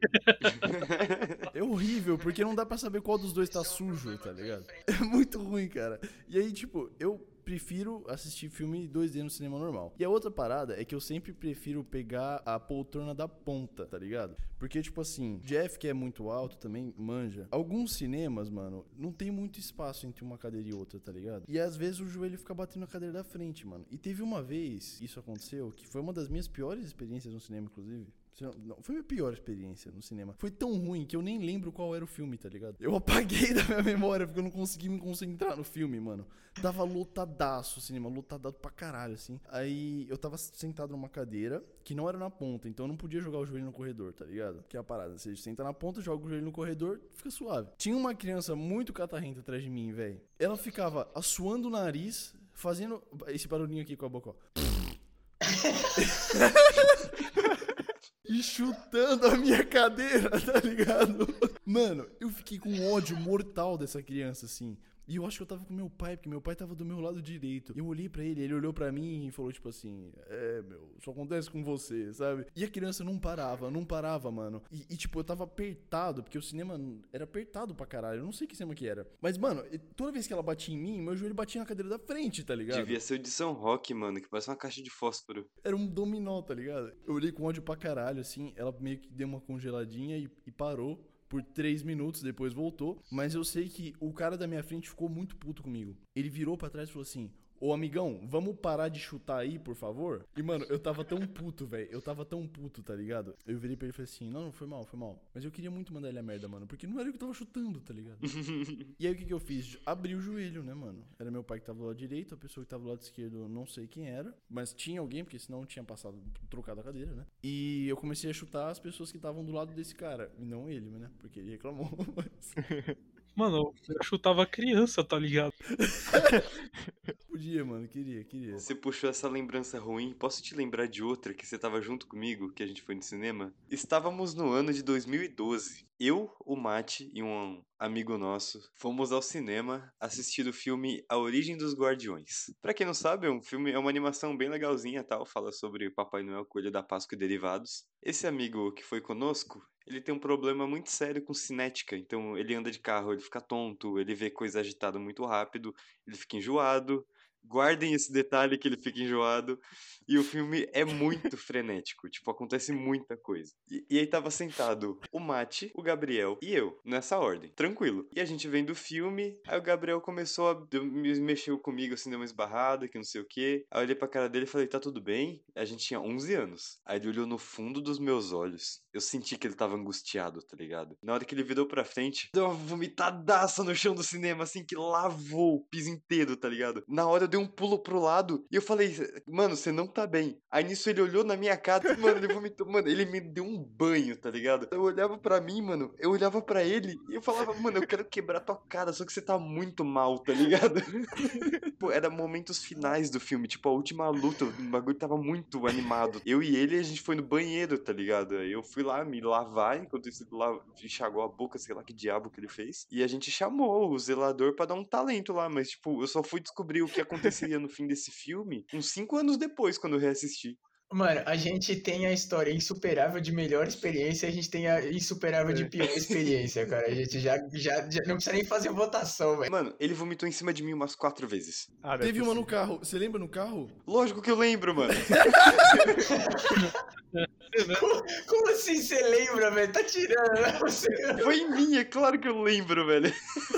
É horrível, porque não dá pra saber qual dos dois tá sujo, tá ligado? É muito ruim, cara. E aí, tipo, eu prefiro assistir filme 2D no cinema normal. E a outra parada é que eu sempre prefiro pegar a poltrona da ponta, tá ligado? Porque, tipo assim, Jeff, que é muito alto também, manja. Alguns cinemas, mano, não tem muito espaço entre uma cadeira e outra, tá ligado? E às vezes o joelho fica batendo na cadeira da frente, mano. E teve uma vez, isso aconteceu, que foi uma das minhas piores experiências no cinema, inclusive. Não, foi a minha pior experiência no cinema. Foi tão ruim que eu nem lembro qual era o filme, tá ligado? Eu apaguei da minha memória porque eu não consegui me concentrar no filme, mano. Tava lotadaço o cinema, lotadaço pra caralho, assim. Aí eu tava sentado numa cadeira que não era na ponta, então eu não podia jogar o joelho no corredor, tá ligado? Que é a parada. Você senta na ponta, joga o joelho no corredor, fica suave. Tinha uma criança muito catarrenta atrás de mim, velho. Ela ficava assoando o nariz, fazendo esse barulhinho aqui com a boca, ó. E chutando a minha cadeira, tá ligado? Mano, eu fiquei com um ódio mortal dessa criança, assim. E eu acho que eu tava com meu pai, porque meu pai tava do meu lado direito. Eu olhei pra ele olhou pra mim e falou tipo assim: meu, só acontece com você, sabe? E a criança não parava, mano. E tipo, eu tava apertado, porque o cinema era apertado pra caralho. Eu não sei que cinema que era. Mas, mano, toda vez que ela batia em mim, meu joelho batia na cadeira da frente, tá ligado? Devia ser o de São Roque, mano, que parece uma caixa de fósforo. Era um dominó, tá ligado? Eu olhei com ódio pra caralho, assim. Ela meio que deu uma congeladinha e parou por 3 minutos, depois voltou. Mas eu sei que o cara da minha frente ficou muito puto comigo. Ele virou pra trás e falou assim: ô amigão, vamos parar de chutar aí, por favor? E, mano, eu tava tão puto, velho. Eu tava tão puto, tá ligado? Eu virei pra ele e falei assim: não, foi mal. Mas eu queria muito mandar ele a merda, mano. Porque não era eu que tava chutando, tá ligado? E aí o que eu fiz? Abri o joelho, né, mano? Era meu pai que tava do lado direito, a pessoa que tava do lado esquerdo, eu não sei quem era. Mas tinha alguém, porque senão tinha passado, trocado a cadeira, né? E eu comecei a chutar as pessoas que estavam do lado desse cara. E não ele, né? Porque ele reclamou. Mas... Mano, eu chutava criança, tá ligado? Podia, mano, queria. Você puxou essa lembrança ruim. Posso te lembrar de outra que você tava junto comigo, que a gente foi no cinema? Estávamos no ano de 2012. Eu, o Mate e um amigo nosso fomos ao cinema assistir o filme A Origem dos Guardiões. Pra quem não sabe, é uma animação bem legalzinha, tal, fala sobre Papai Noel, Coelho da Páscoa e derivados. Esse amigo que foi conosco, ele tem um problema muito sério com cinética, então ele anda de carro, ele fica tonto, ele vê coisa agitada muito rápido, ele fica enjoado. Guardem esse detalhe que ele fica enjoado. E o filme é muito frenético. Tipo, acontece muita coisa. E aí tava sentado o Mate, o Gabriel e eu, nessa ordem. Tranquilo. E a gente vendo o filme, aí o Gabriel começou a... mexeu comigo, assim, deu uma esbarrada, que não sei o quê. Aí eu olhei pra cara dele e falei, tá tudo bem? A gente tinha 11 anos. Aí ele olhou no fundo dos meus olhos. Eu senti que ele tava angustiado, tá ligado? Na hora que ele virou pra frente, deu uma vomitadaça no chão do cinema, assim, que lavou o piso inteiro, tá ligado? Na hora eu dei um pulo pro lado e eu falei, mano, você não tá bem. Aí nisso ele olhou na minha cara, mano, ele vomitou, mano, ele me deu um banho, tá ligado? Eu olhava pra mim, mano, eu olhava pra ele e eu falava, mano, eu quero quebrar tua cara, só que você tá muito mal, tá ligado? Pô, era momentos finais do filme, tipo, a última luta, o bagulho tava muito animado. Eu e ele, a gente foi no banheiro, tá ligado? Aí eu fui lá me lavar, enquanto ele lá enxagou a boca, sei lá que diabo que ele fez. E a gente chamou o zelador pra dar um talento lá, mas, tipo, eu só fui descobrir o que aconteceria no fim desse filme uns 5 anos depois, quando eu reassisti. Mano, a gente tem a história insuperável de melhor experiência, a gente tem a insuperável de pior experiência, cara. A gente já não precisa nem fazer votação, velho. Mano, ele vomitou em cima de mim umas 4 vezes. Ah, Teve uma no carro. Você lembra no carro? Lógico que eu lembro, mano. Como assim você lembra, velho? Tá tirando, né? Você... Foi em mim, é claro que eu lembro, velho.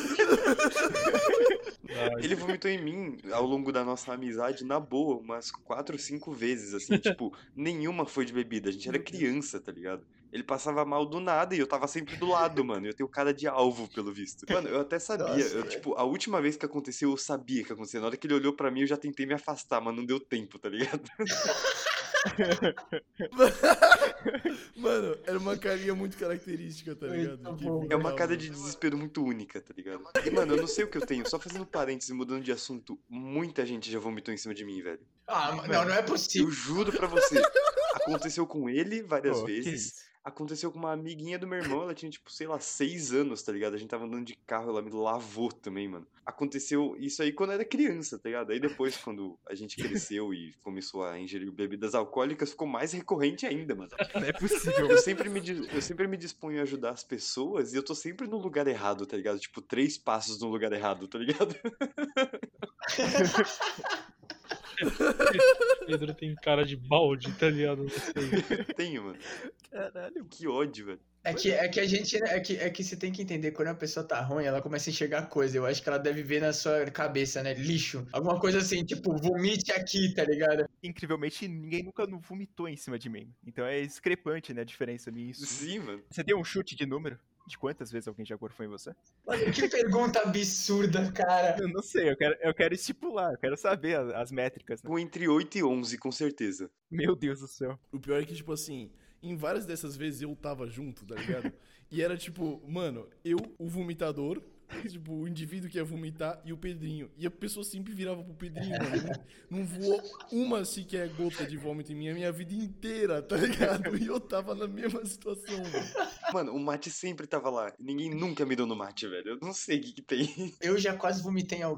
Ele vomitou em mim ao longo da nossa amizade, na boa, umas 4 ou 5 vezes, assim, tipo, nenhuma foi de bebida, a gente era criança, tá ligado? Ele passava mal do nada e eu tava sempre do lado, mano, eu tenho cara de alvo, pelo visto. Mano, eu até sabia, Nossa, tipo, a última vez que aconteceu, eu sabia que aconteceu, na hora que ele olhou pra mim, eu já tentei me afastar, mas não deu tempo, tá ligado? Mano, era uma carinha muito característica, tá ligado? Muito Que bom. ficava- É uma cara de desespero muito única, tá ligado? E, mano, eu não sei o que eu tenho, só fazendo parênteses e mudando de assunto, muita gente já vomitou em cima de mim, velho. Ah, não é possível. Eu juro pra você, aconteceu com ele várias Pô, que vezes, isso? aconteceu com uma amiguinha do meu irmão, ela tinha, tipo, sei lá, 6 anos, tá ligado? A gente tava andando de carro, ela me lavou também, mano. Aconteceu isso aí quando eu era criança, tá ligado? Aí depois, quando a gente cresceu e começou a ingerir bebidas alcoólicas, ficou mais recorrente ainda, mano. Não é possível. Eu sempre me disponho a ajudar as pessoas e eu tô sempre no lugar errado, tá ligado? Tipo, 3 passos no lugar errado, tá ligado? Pedro tem cara de balde, tá ligado? Não sei. Tenho, mano. Caralho. Que ódio, velho. É que a gente, é que você tem que entender, quando a pessoa tá ruim, ela começa a enxergar coisa. Eu acho que ela deve ver na sua cabeça, né? Lixo. Alguma coisa assim, tipo, vomite aqui, tá ligado? Incrivelmente, ninguém nunca vomitou em cima de mim. Então é discrepante, né, a diferença nisso. Sim, mano. Você deu um chute de número? De quantas vezes alguém já gorfou em você? Olha, que pergunta absurda, cara. Eu não sei, eu quero estipular, eu quero saber as métricas, né? Com entre 8 e 11, com certeza. Meu Deus do céu. O pior é que, tipo assim, em várias dessas vezes eu tava junto, tá ligado? E era tipo, mano, eu, o vomitador, tipo, o indivíduo que ia vomitar e o Pedrinho. E a pessoa sempre virava pro Pedrinho, mano. Não voou uma sequer gota de vômito em mim a minha vida inteira, tá ligado? E eu tava na mesma situação, velho. Mano, o mate sempre tava lá. Ninguém nunca me deu no mate, velho. Eu não sei o que tem. Eu já quase vomitei em alguém.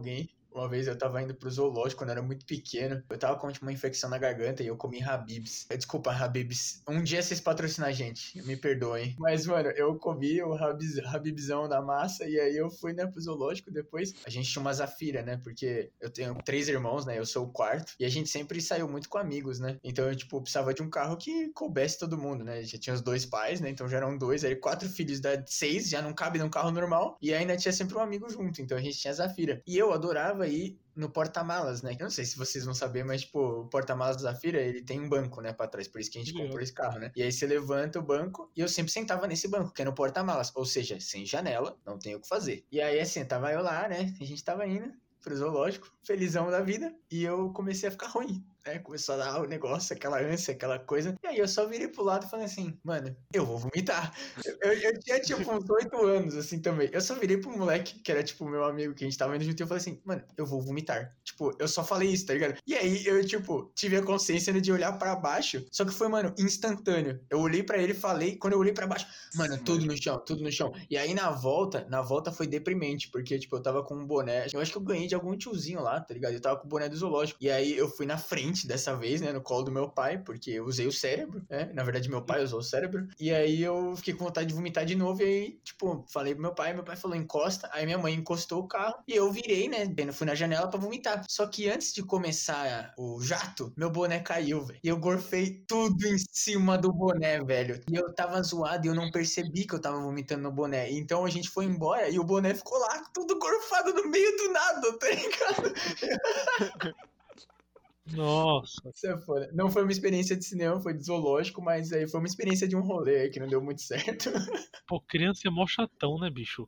Uma vez eu tava indo pro zoológico quando eu era muito pequeno. Eu tava com tipo, uma infecção na garganta e eu comi Habib's. Desculpa, Habib's. Um dia vocês patrocinam a gente, me perdoem. Mas, mano, eu comi o Habibzão da massa e aí eu fui, né, pro zoológico depois. A gente tinha uma Zafira, né, porque eu tenho 3 irmãos, né, eu sou o quarto. E a gente sempre saiu muito com amigos, né. Então eu, tipo, precisava de um carro que coubesse todo mundo, né. Já tinha os 2 pais, né, então já eram 2. Aí 4 filhos dá 6, já não cabe num carro normal. E ainda tinha sempre um amigo junto, então a gente tinha a Zafira. E eu adorava ir no porta-malas, né? Eu não sei se vocês vão saber, mas, tipo, o porta-malas da Zafira, ele tem um banco, né, pra trás. Por isso que a gente comprou esse carro, né? E aí você levanta o banco e eu sempre sentava nesse banco, que é no porta-malas. Ou seja, sem janela, não tem o que fazer. E aí, assim, tava eu lá, né? A gente tava indo pro zoológico, felizão da vida. E eu comecei a ficar ruim, né? Começou a dar o negócio, aquela ânsia, aquela coisa. E aí eu só virei pro lado e falei assim, mano, eu vou vomitar. Eu tinha, tipo, uns 8 anos, assim, também. Eu só virei pro moleque, que era, tipo, meu amigo, que a gente tava indo junto, e eu falei assim, mano, eu vou vomitar. Tipo, eu só falei isso, tá ligado? E aí eu, tipo, tive a consciência de olhar pra baixo, só que foi, mano, instantâneo. Eu olhei pra ele e falei, quando eu olhei pra baixo, mano, tudo no chão, tudo no chão. E aí na volta foi deprimente, porque, tipo, eu tava com um boné, eu acho que eu ganhei de algum tiozinho lá, tá ligado? Eu tava com o boné do zoológico. E aí eu fui na frente dessa vez, né, no colo do meu pai, porque eu usei o cérebro, né? Na verdade, meu pai usou o cérebro. E aí eu fiquei com vontade de vomitar de novo, e aí, tipo, falei pro meu pai falou, encosta. Aí minha mãe encostou o carro, e eu virei, né, fui na janela pra vomitar. Só que antes de começar o jato, meu boné caiu, velho. E eu gorfei tudo em cima do boné, velho. E eu tava zoado, e eu não percebi que eu tava vomitando no boné. Então a gente foi embora, e o boné ficou lá, tudo gorfado no meio do nada, tá ligado? Nossa. Isso é foda. Não foi uma experiência de cinema, foi de zoológico, mas aí foi uma experiência de um rolê aí que não deu muito certo. Pô, criança é mó chatão, né, bicho?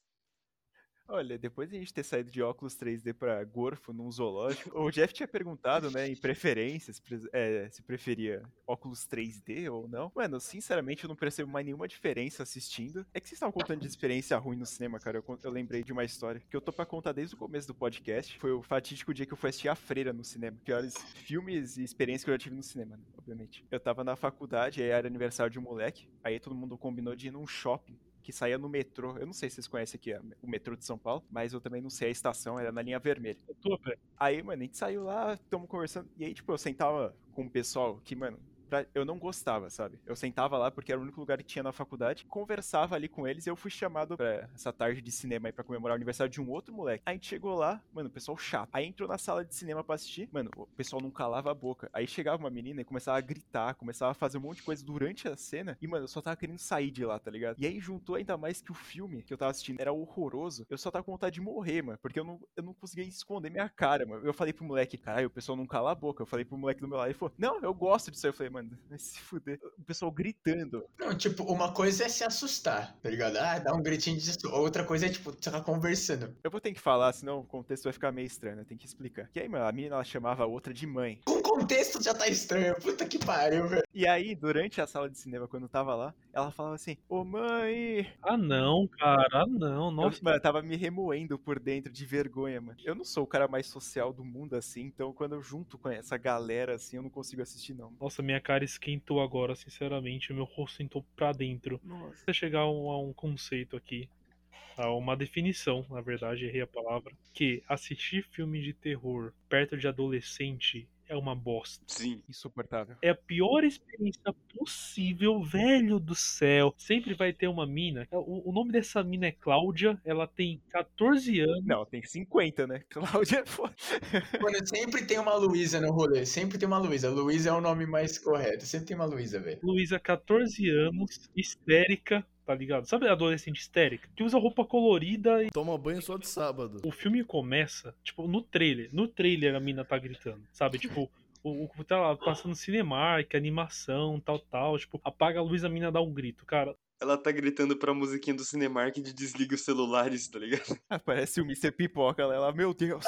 Olha, depois de a gente ter saído de óculos 3D pra gorfo num zoológico, o Jeff tinha perguntado, né, em preferências, se preferia óculos 3D ou não. Mano, sinceramente, eu não percebo mais nenhuma diferença assistindo. É que vocês estavam contando de experiência ruim no cinema, cara. Eu lembrei de uma história que eu tô pra contar desde o começo do podcast. Foi o fatídico dia que eu fui assistir A Freira no cinema. Piores filmes e experiências que eu já tive no cinema, né, obviamente. Eu tava na faculdade, aí era aniversário de um moleque, aí todo mundo combinou de ir num shopping que saía no metrô. Eu não sei se vocês conhecem aqui o metrô de São Paulo, mas eu também não sei a estação, era na linha vermelha. Eu tô, velho. Aí, mano, a gente saiu lá, tamo conversando, e aí, tipo, eu sentava com o pessoal que, mano, eu não gostava, sabe? Eu sentava lá porque era o único lugar que tinha na faculdade, conversava ali com eles e eu fui chamado pra essa tarde de cinema aí pra comemorar o aniversário de um outro moleque. Aí a gente chegou lá, mano, o pessoal chato. Aí entrou na sala de cinema pra assistir, mano, o pessoal não calava a boca. Aí chegava uma menina e começava a gritar, começava a fazer um monte de coisa durante a cena e, mano, eu só tava querendo sair de lá, tá ligado? E aí juntou ainda mais que o filme que eu tava assistindo era horroroso, eu só tava com vontade de morrer, mano, porque eu não conseguia esconder minha cara, mano. Eu falei pro moleque, caralho, o pessoal não cala a boca. Eu falei pro moleque do meu lado, ele falou, não, eu gosto disso aí. Eu falei, mano, vai se fuder. O pessoal gritando. Não, tipo, uma coisa é se assustar, tá ligado? Ah, dá um gritinho de susto. Outra coisa é, tipo, você tá conversando. Eu vou ter que falar, senão o contexto vai ficar meio estranho, né? Tem que explicar. E aí, mano, a menina, ela chamava a outra de mãe. Com o contexto já tá estranho, puta que pariu, velho. E aí, durante a sala de cinema, quando eu tava lá, ela falava assim, ô mãe... Ah não, cara, ah não, nossa. Mano, eu tava me remoendo por dentro de vergonha, mano. Eu não sou o cara mais social do mundo, assim, então quando eu junto com essa galera, assim, eu não consigo assistir, não. Nossa, minha cara esquentou agora, sinceramente, meu rosto entrou pra dentro. Nossa. Vou chegar a um conceito aqui, a uma definição, na verdade, errei a palavra, que assistir filme de terror perto de adolescente é uma bosta. Sim. Insuportável. É a pior experiência possível, velho do céu. Sempre vai ter uma mina. O nome dessa mina é Cláudia. Ela tem 14 anos. Não, tem 50, né? Cláudia é foda. Mano, sempre tem uma Luísa no rolê. Sempre tem uma Luísa. Luísa é o nome mais correto. Sempre tem uma Luísa, velho. Luísa, 14 anos, histérica. Tá ligado? Sabe a adolescente histérica? Que usa roupa colorida e... Toma banho só de sábado. O filme começa, tipo, no trailer. No trailer a mina tá gritando, sabe? Tipo, tá lá passando Cinemark, animação, tal. Tipo, apaga a luz, a mina dá um grito, cara. Ela tá gritando pra musiquinha do Cinemark de desliga os celulares, tá ligado? Parece o Mr. Pipoca, ela, meu Deus.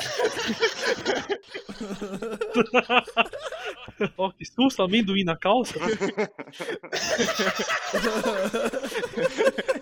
Ó, que susto, amendoim na calça.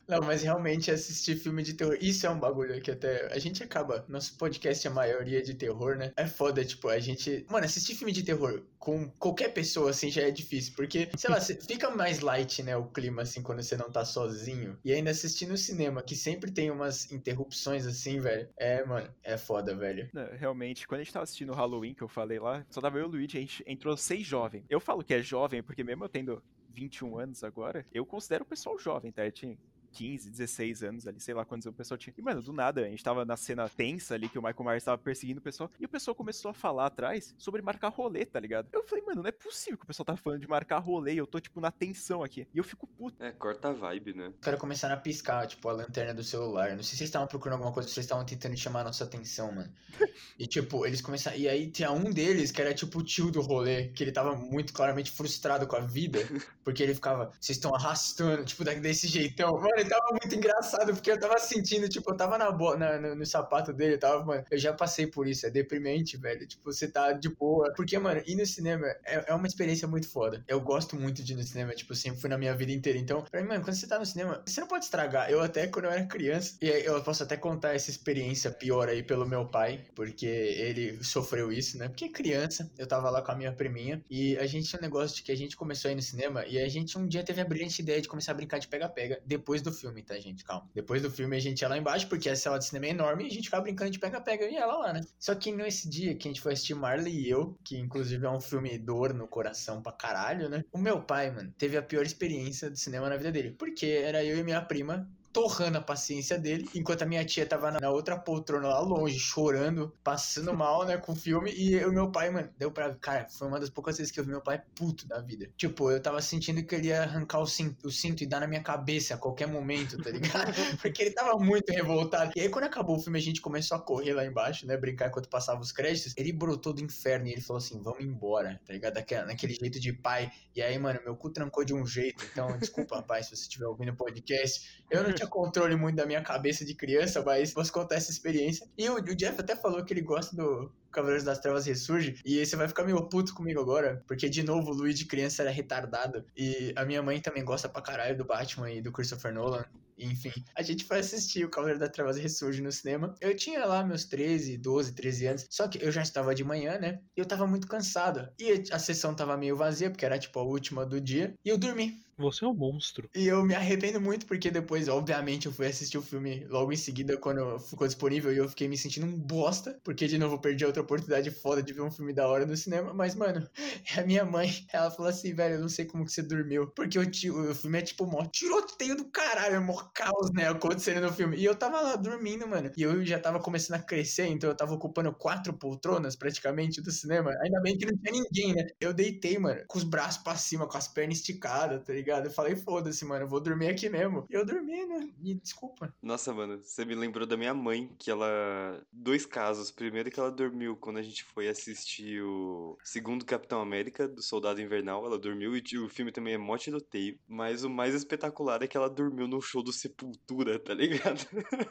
Não, mas realmente assistir filme de terror, isso é um bagulho que até a gente acaba, nosso podcast é a maioria de terror, né? É foda, tipo, a gente, mano, assistir filme de terror com qualquer pessoa assim já é difícil, porque, sei lá, fica mais light, né, o clima assim quando você não tá sozinho. E ainda assistir no cinema, que sempre tem umas interrupções assim, velho. Mano, é foda, velho. Não, realmente, quando a gente tava assistindo o Halloween, que eu falei lá, só tava eu e o Luigi, a gente entrou 6 jovens. Eu falo que é jovem, porque mesmo eu tendo 21 anos agora, eu considero o pessoal jovem, tá? Eu tinha 15, 16 anos ali, sei lá quantos o pessoal tinha. E, mano, do nada, a gente tava na cena tensa ali, que o Michael Myers tava perseguindo o pessoal, e o pessoal começou a falar atrás sobre marcar rolê, tá ligado? Eu falei, mano, não é possível que o pessoal tá falando de marcar rolê, eu tô, tipo, na tensão aqui. E eu fico puto. Corta a vibe, né? Os caras começaram a piscar, tipo, a lanterna do celular. Não sei se vocês estavam procurando alguma coisa, vocês estavam tentando chamar a nossa atenção, mano. E, tipo, eles começaram... E aí tinha um deles que era, tipo, o tio do rolê, que ele tava muito claramente frustrado com a vida, porque ele ficava, vocês estão arrastando, tipo, desse jeitão. Mano, ele tava muito engraçado, porque eu tava sentindo, tipo, eu tava no sapato dele, eu tava, mano, eu já passei por isso, é deprimente, velho. Tipo, você tá de boa. Porque, mano, ir no cinema é uma experiência muito foda. Eu gosto muito de ir no cinema, tipo, sempre fui na minha vida inteira. Então, pra mim, mano, quando você tá no cinema, você não pode estragar. Eu até, quando eu era criança, e eu posso até contar essa experiência pior aí pelo meu pai, porque ele sofreu isso, né? Porque criança, eu tava lá com a minha priminha, e a gente tinha um negócio de que a gente começou a ir no cinema, e a gente um dia teve a brilhante ideia de começar a brincar de pega-pega depois do filme, tá, gente? Calma. Depois do filme a gente ia lá embaixo, porque a sala de cinema é enorme, e a gente ficava brincando de pega-pega e ela lá, né? Só que nesse dia que a gente foi assistir Marley e Eu, que inclusive é um filme dor no coração pra caralho, né? O meu pai, mano, teve a pior experiência do cinema na vida dele, porque era eu e minha prima torrando a paciência dele, enquanto a minha tia tava na outra poltrona lá longe, chorando, passando mal, né, com o filme, e o meu pai, mano, deu pra... Cara, foi uma das poucas vezes que eu vi meu pai puto da vida. Tipo, eu tava sentindo que ele ia arrancar o cinto e dar na minha cabeça a qualquer momento, tá ligado? Porque ele tava muito revoltado. E aí, quando acabou o filme, a gente começou a correr lá embaixo, né, brincar enquanto passava os créditos, ele brotou do inferno e ele falou assim, vamos embora, tá ligado? Naquele jeito de pai. E aí, mano, meu cu trancou de um jeito, então, desculpa, pai, se você estiver ouvindo o podcast. Eu não tinha controle muito da minha cabeça de criança, mas posso contar essa experiência. E o Jeff até falou que ele gosta do Cavaleiros das Trevas Ressurge, e aí você vai ficar meio puto comigo agora, porque de novo o Luigi de criança era retardado, e a minha mãe também gosta pra caralho do Batman e do Christopher Nolan. Enfim, a gente foi assistir o Cavaleiro das Trevas Ressurge no cinema. Eu tinha lá meus 12, 13 anos, só que eu já estava de manhã, né? E eu tava muito cansado. E a sessão tava meio vazia, porque era tipo a última do dia, e eu dormi. Você é um monstro. E eu me arrependo muito, porque depois, obviamente, eu fui assistir o filme logo em seguida, quando ficou disponível, e eu fiquei me sentindo um bosta, porque, de novo, eu perdi outra oportunidade foda de ver um filme da hora no cinema. Mas, mano, a minha mãe, ela falou assim, velho, eu não sei como que você dormiu, porque o filme é tipo mó tiroteio do caralho, é mó caos, né, acontecendo no filme. E eu tava lá dormindo, mano, e eu já tava começando a crescer, então eu tava ocupando 4 poltronas, praticamente, do cinema. Ainda bem que não tinha ninguém, né? Eu deitei, mano, com os braços pra cima, com as pernas esticadas, tá ligado? Eu falei, foda-se, mano, eu vou dormir aqui mesmo. E eu dormi, né? E desculpa. Nossa, mano, você me lembrou da minha mãe, que ela... 2 casos. Primeiro que ela dormiu quando a gente foi assistir o segundo Capitão América, do Soldado Invernal. Ela dormiu e o filme também é mó tiroteio. Mas o mais espetacular é que ela dormiu no show do Sepultura, tá ligado?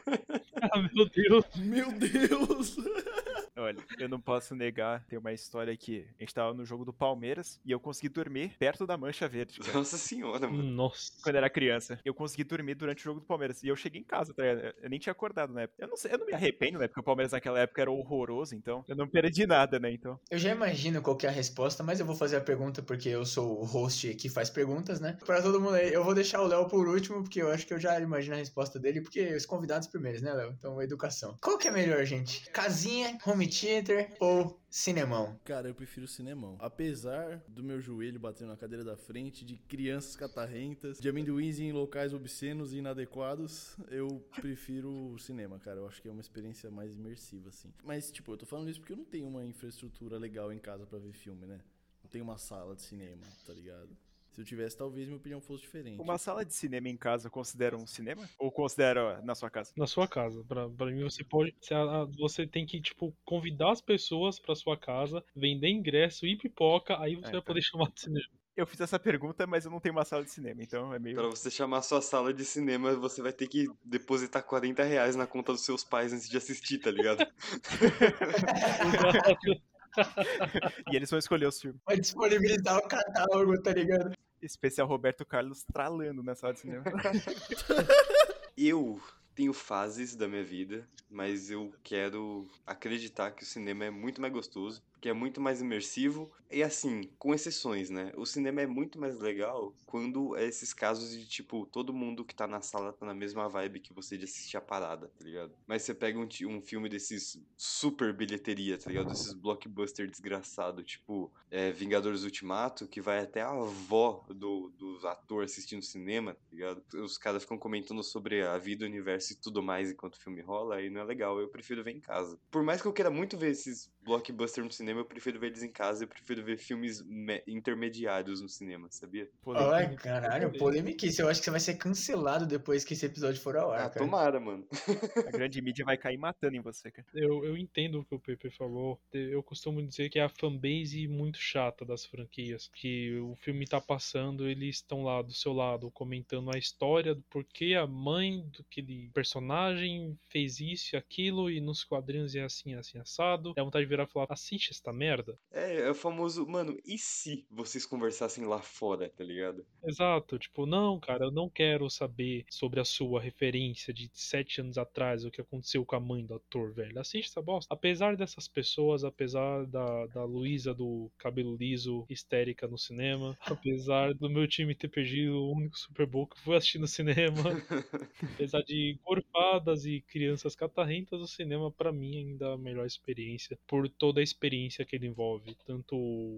Ah, meu Deus. Meu Deus! Olha, eu não posso negar, tem uma história que a gente tava no jogo do Palmeiras e eu consegui dormir perto da mancha verde, cara. Nossa senhora, mano. Nossa. Quando eu era criança. Eu consegui dormir durante o jogo do Palmeiras. E eu cheguei em casa, tá ligado? Eu nem tinha acordado na época. Eu não sei, eu não me arrependo, né? Porque o Palmeiras naquela época era horroroso, então eu não perdi nada, né? Então. Eu já imagino qual que é a resposta, mas eu vou fazer a pergunta porque eu sou o host que faz perguntas, né? Pra todo mundo aí, eu vou deixar o Léo por último, porque eu acho que eu já imagino a resposta dele, porque os convidados primeiros, né, Léo? Então, educação. Qual que é melhor, gente? Casinha, home theater ou cinemão? Cara, eu prefiro cinemão. Apesar do meu joelho batendo na cadeira da frente, de crianças catarrentas, de amendoins em locais obscenos e inadequados, eu prefiro o cinema, cara. Eu acho que é uma experiência mais imersiva, assim. Mas, tipo, eu tô falando isso porque eu não tenho uma infraestrutura legal em casa pra ver filme, né? Não tenho uma sala de cinema, tá ligado? Se eu tivesse, talvez minha opinião fosse diferente. Uma sala de cinema em casa considera um cinema? Ou considera na sua casa? Na sua casa. Pra mim, você pode. Você tem que, tipo, convidar as pessoas pra sua casa, vender ingresso e pipoca, aí você vai poder chamar de cinema. Eu fiz essa pergunta, mas eu não tenho uma sala de cinema, então é meio... Pra você chamar sua sala de cinema, você vai ter que depositar R$40 na conta dos seus pais antes de assistir, tá ligado? E eles vão escolher os filmes. Vai disponibilizar o catálogo, tá ligado? Especial Roberto Carlos tralando na sala de cinema. Eu tenho fases da minha vida, mas eu quero acreditar que o cinema é muito mais gostoso, que é muito mais imersivo, e assim, com exceções, né? O cinema é muito mais legal quando é esses casos de, tipo, todo mundo que tá na sala tá na mesma vibe que você de assistir a parada, tá ligado? Mas você pega um filme desses super bilheteria, tá ligado? Desses blockbuster desgraçado, tipo, Vingadores Ultimato, que vai até a avó do ator assistindo cinema, tá ligado? Os caras ficam comentando sobre a vida, o universo e tudo mais enquanto o filme rola, aí não é legal, eu prefiro ver em casa. Por mais que eu queira muito ver esses blockbuster no cinema, eu prefiro ver eles em casa, eu prefiro ver filmes intermediários no cinema, sabia? Ai, caralho, polemiquice. Eu acho que você vai ser cancelado depois que esse episódio for ao ar, Ah, cara. tomara, mano. A grande mídia vai cair matando em você, cara. Eu entendo o que o Pepe falou. Eu costumo dizer que é a fanbase muito chata das franquias. Que o filme tá passando, eles estão lá do seu lado, comentando a história do porquê a mãe do aquele personagem fez isso e aquilo, e nos quadrinhos é assim, assim, assado. Dá vontade de virar e falar, assiste esta merda. É o famoso, mano, e se vocês conversassem lá fora, tá ligado? Exato, tipo, não, cara, eu não quero saber sobre a sua referência de 7 anos atrás, o que aconteceu com a mãe do ator, velho. Assiste essa bosta. Apesar dessas pessoas, apesar da Luísa do cabelo liso histérica no cinema, apesar do meu time ter perdido o único Super Bowl que eu fui assistir no cinema, apesar de gorfadas e crianças catarrentas, o cinema pra mim ainda é a melhor experiência, por toda a experiência que ele envolve, tanto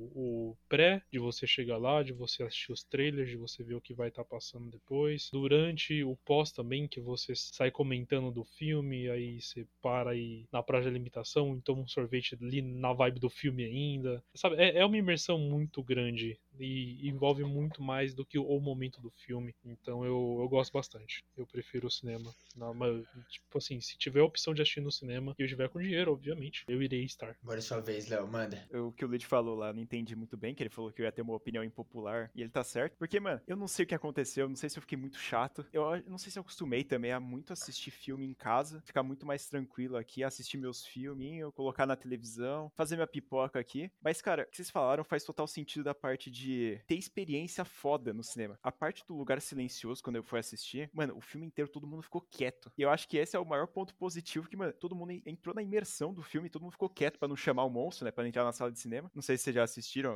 o pré, de você chegar lá, de você assistir os trailers, de você ver o que vai estar passando depois, durante o pós também, que você sai comentando do filme, aí você para aí na praia de alimentação e toma um sorvete ali na vibe do filme ainda, sabe, é uma imersão muito grande e envolve muito mais do que o momento do filme, então eu gosto bastante, eu prefiro o cinema. Não, mas, tipo assim, se tiver a opção de assistir no cinema e eu estiver com dinheiro, obviamente, eu irei estar. Agora é sua vez, Léo, manda. O que o Lid falou lá, não entendi muito bem, que ele falou que eu ia ter uma opinião impopular, e ele tá certo. Porque, mano, eu não sei o que aconteceu, não sei se eu fiquei muito chato. Eu não sei se eu acostumei também a muito assistir filme em casa, ficar muito mais tranquilo aqui, assistir meus filminhos, colocar na televisão, fazer minha pipoca aqui. Mas, cara, o que vocês falaram faz total sentido da parte de ter experiência foda no cinema. A parte do lugar silencioso, quando eu fui assistir, mano, o filme inteiro todo mundo ficou quieto. E eu acho que esse é o maior ponto positivo, que, mano, todo mundo entrou na imersão do filme, todo mundo ficou quieto pra não chamar o monstro, né, pra não entrar na sala de cinema. Não sei se vocês já assistiram.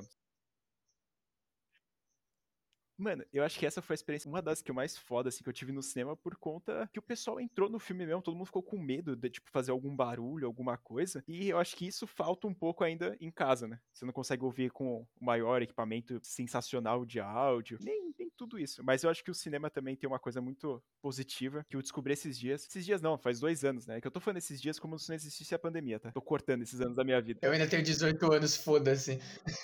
Mano, eu acho que essa foi a experiência, uma das que eu mais foda, assim, que eu tive no cinema, por conta que o pessoal entrou no filme mesmo, todo mundo ficou com medo de, tipo, fazer algum barulho, alguma coisa, e eu acho que isso falta um pouco ainda em casa, né? Você não consegue ouvir com o maior equipamento sensacional de áudio, nem tudo isso. Mas eu acho que o cinema também tem uma coisa muito positiva, que eu descobri esses dias. Esses dias não, faz 2 anos, né? Que eu tô falando esses dias como se não existisse a pandemia, tá? Tô cortando esses anos da minha vida. Eu ainda tenho 18 anos, foda-se.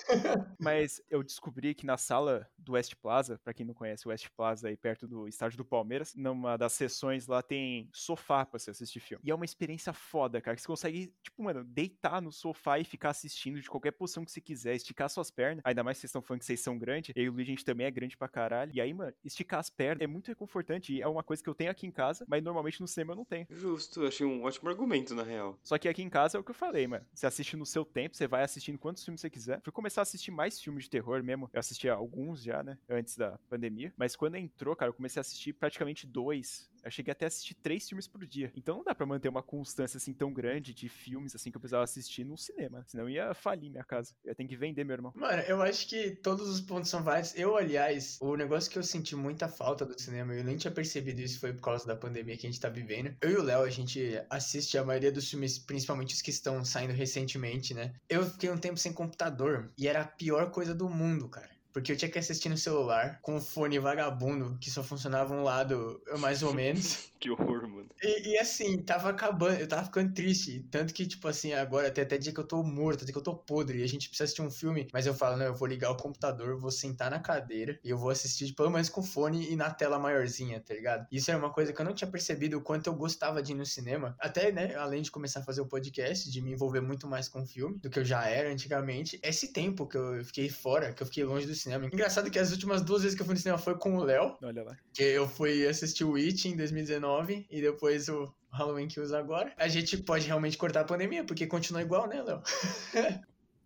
Mas eu descobri que na sala do West Plaza, pra quem não conhece o West Plaza aí perto do estádio do Palmeiras, numa das sessões lá tem sofá pra você assistir filme. E é uma experiência foda, cara, que você consegue, tipo, mano, deitar no sofá e ficar assistindo de qualquer posição que você quiser, esticar suas pernas. Ainda mais que vocês estão falando que vocês são grandes, eu e o Luiz, a gente também é grande pra caralho. E aí, mano, esticar as pernas é muito reconfortante e é uma coisa que eu tenho aqui em casa, mas normalmente no cinema eu não tenho. Justo, achei um ótimo argumento, na real. Só que aqui em casa é o que eu falei, mano. Você assiste no seu tempo, você vai assistindo quantos filmes você quiser. Fui começar a assistir mais filmes de terror mesmo. Eu assisti alguns já, né? Antes da pandemia. Mas quando entrou, cara, eu comecei a assistir praticamente 2. Eu cheguei até a assistir 3 filmes por dia. Então não dá pra manter uma constância assim tão grande de filmes assim que eu precisava assistir no cinema. Senão ia falir minha casa. Eu ia ter que vender, meu irmão. Mano, eu acho que todos os pontos são válidos. Eu, aliás, o negócio que eu senti muita falta do cinema, eu nem tinha percebido isso, foi por causa da pandemia que a gente tá vivendo. Eu e o Léo, a gente assiste a maioria dos filmes, principalmente os que estão saindo recentemente, né? Eu fiquei um tempo sem computador e era a pior coisa do mundo, cara. Porque eu tinha que assistir no celular com um fone vagabundo que só funcionava um lado, mais ou menos. Que horror, mano. E assim, tava acabando, eu tava ficando triste. Tanto que, tipo assim, agora tem até dia que eu tô morto, até que eu tô podre. E a gente precisa assistir um filme. Mas eu falo, não, eu vou ligar o computador, vou sentar na cadeira e eu vou assistir pelo menos com fone e na tela maiorzinha, tá ligado? Isso era uma coisa que eu não tinha percebido o quanto eu gostava de ir no cinema. Até, né, além de começar a fazer o podcast, de me envolver muito mais com o filme do que eu já era antigamente. Esse tempo que eu fiquei fora, que eu fiquei longe do cinema. Engraçado que as últimas 2 vezes que eu fui no cinema foi com o Léo. Olha lá. Que eu fui assistir o It em 2019 e depois o Halloween que usa agora. A gente pode realmente cortar a pandemia, porque continua igual, né, Léo?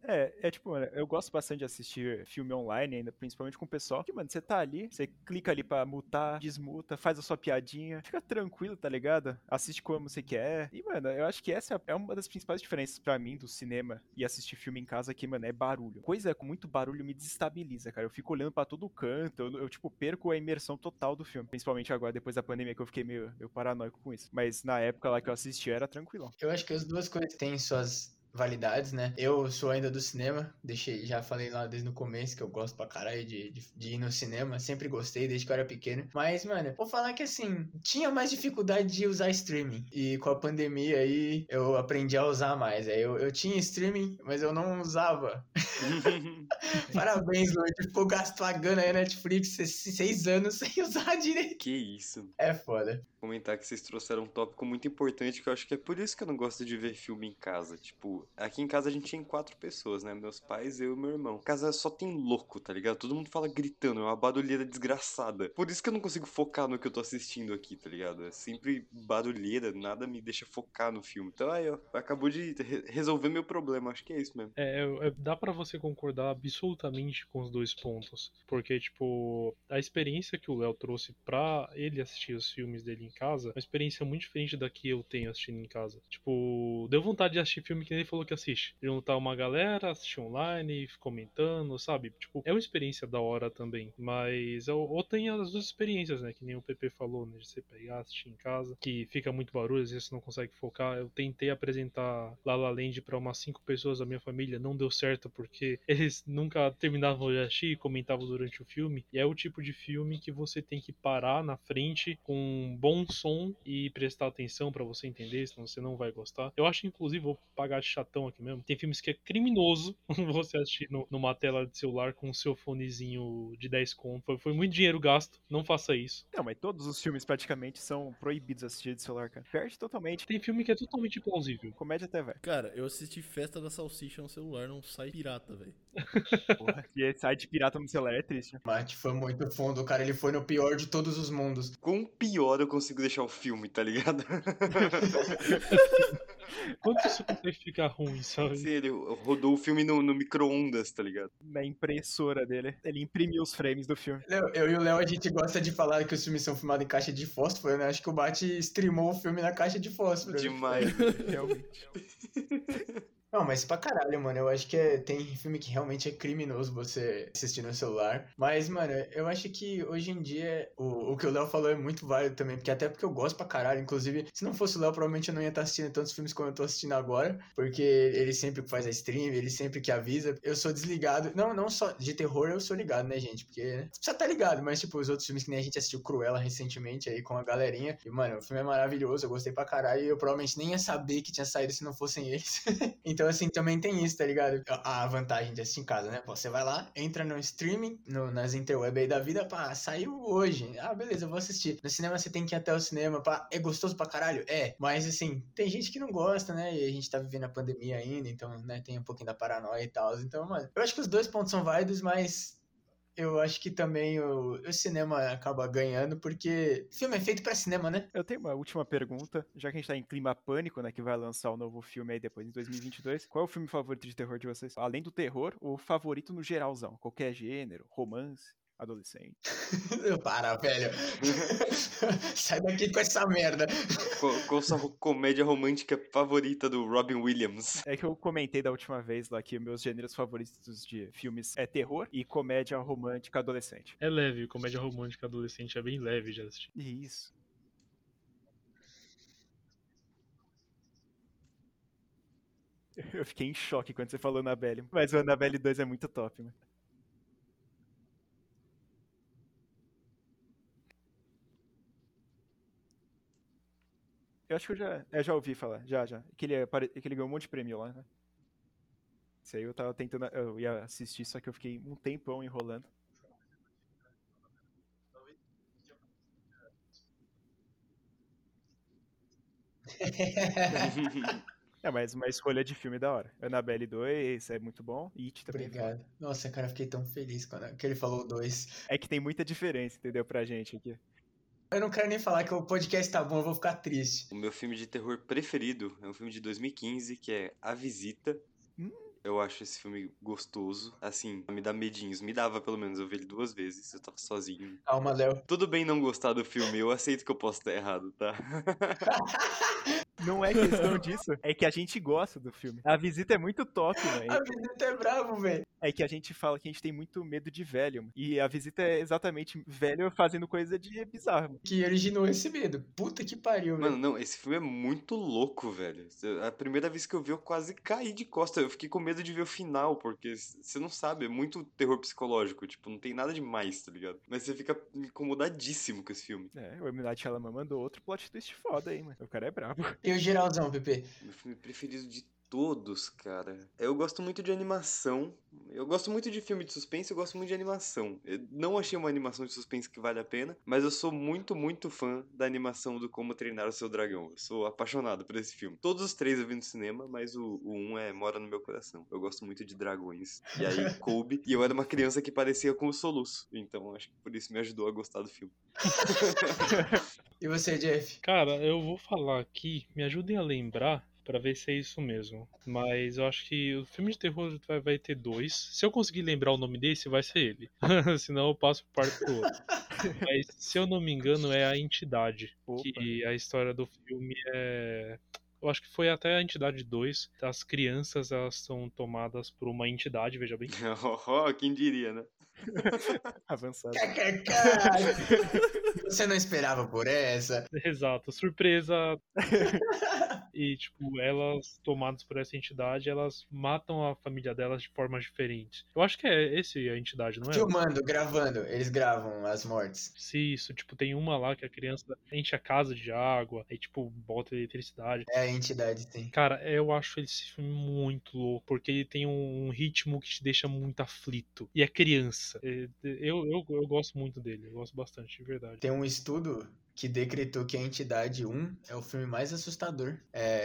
Tipo, mano, eu gosto bastante de assistir filme online ainda, principalmente com o pessoal. Que, mano, você tá ali, você clica ali pra mutar, desmuta, faz a sua piadinha, fica tranquilo, tá ligado? Assiste como você quer. E, mano, eu acho que essa é uma das principais diferenças pra mim do cinema e assistir filme em casa que, mano, é barulho. Coisa com muito barulho me desestabiliza, cara. Eu fico olhando pra todo canto, eu tipo, perco a imersão total do filme. Principalmente agora, depois da pandemia, que eu fiquei meio paranoico com isso. Mas na época lá que eu assisti, era tranquilão. Eu acho que as duas coisas têm suas validades, né? Eu sou ainda do cinema, já falei lá desde o começo que eu gosto pra caralho de ir no cinema, sempre gostei desde que eu era pequeno. Mas, mano, vou falar que assim, tinha mais dificuldade de usar streaming. E com a pandemia aí, eu aprendi a usar mais. Aí eu tinha streaming, mas eu não usava. Parabéns, Luiz. Ficou pagando aí a Netflix 6 anos sem usar direito. Que isso. É foda. Comentar que vocês trouxeram um tópico muito importante, que eu acho que é por isso que eu não gosto de ver filme em casa. Tipo, aqui em casa a gente tinha 4 pessoas, né? Meus pais, eu e meu irmão. Casa só tem louco, tá ligado? Todo mundo fala gritando, é uma barulheira desgraçada. Por isso que eu não consigo focar no que eu tô assistindo aqui, tá ligado? É sempre barulheira, nada me deixa focar no filme. Então aí, ó, acabou de resolver meu problema, acho que é isso mesmo. Dá pra você concordar absolutamente com os dois pontos. Porque, tipo, a experiência que o Léo trouxe pra ele assistir os filmes dele em casa é uma experiência muito diferente da que eu tenho assistindo em casa. Tipo, deu vontade de assistir filme que ele falou que assiste. Juntar uma galera, assistir online, comentando, sabe? Tipo, é uma experiência da hora também. Mas ou tem as duas experiências, né? Que nem o PP falou, né? De você pegar, assistir em casa, que fica muito barulho, às vezes você não consegue focar. Eu tentei apresentar La La Land pra umas 5 pessoas da minha família, não deu certo porque eles nunca terminavam de assistir e comentavam durante o filme. E é o tipo de filme que você tem que parar na frente com um bom som e prestar atenção pra você entender, senão você não vai gostar. Eu acho, inclusive, vou pagar de chatão aqui mesmo. Tem filmes que é criminoso você assistir numa tela de celular com o seu fonezinho de 10 conto. Foi muito dinheiro gasto, não faça isso. Não, mas todos os filmes praticamente são proibidos assistir de celular, cara. Perde totalmente. Tem filme que é totalmente plausível. Comédia até vai. Cara, eu assisti Festa da Salsicha no celular, num site pirata, velho. Porra, e esse site pirata no celular é triste. Mate foi muito fundo, cara. Ele foi no pior de todos os mundos. Quão pior eu consigo deixar o filme, tá ligado? Quanto isso consegue ficar ruim, sabe? Sim, ele rodou o filme no micro-ondas, tá ligado? Na impressora dele. Ele imprimiu os frames do filme. Eu e o Léo, a gente gosta de falar que os filmes são filmados em caixa de fósforo, né? Acho que o Bate streamou o filme na caixa de fósforo. Demais. Realmente. Não, mas pra caralho, mano. Eu acho que tem filme que realmente é criminoso você assistir no celular. Mas, mano, eu acho que hoje em dia o que o Léo falou é muito válido também. Até porque eu gosto pra caralho. Inclusive, se não fosse o Léo, provavelmente eu não ia estar assistindo tantos filmes como eu tô assistindo agora. Porque ele sempre faz a stream, ele sempre que avisa. Eu sou desligado. Não só de terror eu sou ligado, né, gente? Porque né, você precisa tá ligado. Mas, tipo, os outros filmes que nem a gente assistiu Cruella recentemente aí com a galerinha. E, mano, o filme é maravilhoso. Eu gostei pra caralho. E eu provavelmente nem ia saber que tinha saído se não fossem eles. Então, assim, também tem isso, tá ligado? A vantagem de assistir em casa, né? Você vai lá, entra no streaming, nas interweb aí da vida, pá, saiu hoje. Ah, beleza, eu vou assistir. No cinema você tem que ir até o cinema, pá. É gostoso pra caralho? É. Mas, assim, tem gente que não gosta, né? E a gente tá vivendo a pandemia ainda, então, né, tem um pouquinho da paranoia e tal. Então, mano, eu acho que os dois pontos são válidos, mas eu acho que também o cinema acaba ganhando, porque filme é feito pra cinema, né? Eu tenho uma última pergunta, já que a gente tá em clima pânico, né, que vai lançar o novo filme aí depois, em 2022. Qual é o filme favorito de terror de vocês? Além do terror, o favorito no geralzão, qualquer gênero, romance, adolescente. Para, velho. Sai daqui com essa merda. Qual sua comédia romântica favorita do Robin Williams? É que eu comentei da última vez lá que meus gêneros favoritos de filmes é terror e comédia romântica adolescente. É leve, comédia romântica adolescente é bem leve de assistir. Isso. Eu fiquei em choque quando você falou Annabelle. Mas o Annabelle 2 é muito top, mano. Eu acho que eu já ouvi falar, já. Que ele ganhou um monte de prêmio lá, né? Isso aí eu tava tentando, eu ia assistir, só que eu fiquei um tempão enrolando. É, mas uma escolha de filme da hora. Annabelle 2 é muito bom, It também é foda. Obrigado. Nossa, cara, eu fiquei tão feliz quando que ele falou 2. É que tem muita diferença, entendeu, pra gente aqui. Eu não quero nem falar que o podcast tá bom, eu vou ficar triste. O meu filme de terror preferido é um filme de 2015, que é A Visita. Eu acho esse filme gostoso. Assim, me dá medinhos. Me dava, pelo menos. Eu vi ele 2 vezes. Eu tava sozinho. Calma, Léo. Tudo bem não gostar do filme. Eu aceito que eu posso estar errado, tá? Não é questão disso, é que a gente gosta do filme. A Visita é muito top, A mano. Visita é bravo, velho. É que a gente fala que a gente tem muito medo de velho, mano. E a Visita é exatamente velho fazendo coisa de bizarro, mano. Que originou esse medo. Puta que pariu, Mano, velho. não, esse filme é muito louco, velho. A primeira vez que eu vi, eu quase caí de costa. Eu fiquei com medo de ver o final, porque você não sabe, é muito terror psicológico. Tipo, não tem nada demais, tá ligado? Mas você fica incomodadíssimo com esse filme. É, o M. Night Shyamalan mandou outro plot twist foda aí, mano. O cara é brabo. E o geralzão, Pepe? Meu filme preferido de todos, cara. Eu gosto muito de animação. Eu gosto muito de filme de suspense, eu gosto muito de animação. Eu não achei uma animação de suspense que vale a pena, mas eu sou muito, muito fã da animação do Como Treinar o Seu Dragão. Eu sou apaixonado por esse filme. Todos os 3 eu vi no cinema, mas o 1 mora no meu coração. Eu gosto muito de dragões. E aí coube. E eu era uma criança que parecia com o Soluço. Então acho que por isso me ajudou a gostar do filme. E você, Jeff? Cara, eu vou falar aqui, me ajudem a lembrar pra ver se é isso mesmo. Mas eu acho que o filme de terror vai ter 2. Se eu conseguir lembrar o nome desse, vai ser ele. Senão eu passo por parte pro outro. Mas se eu não me engano, é A Entidade. Opa. Que a história do filme é. Eu acho que foi até a Entidade 2. As crianças, elas são tomadas por uma entidade, veja bem. Oh, quem diria, né? Avançado. Você não esperava por essa? Exato, surpresa. E, tipo, elas, tomadas por essa entidade, elas matam a família delas de formas diferentes. Eu acho que é esse a entidade, não é? Filmando, gravando. Eles gravam as mortes. Se isso, tipo, tem uma lá que a criança enche a casa de água, aí, tipo, bota eletricidade. É a entidade, sim. Cara, eu acho esse filme muito louco, porque ele tem um ritmo que te deixa muito aflito. E é criança. Eu gosto muito dele, eu gosto bastante, de verdade. Tem um estudo que decretou que a Entidade 1 é o filme mais assustador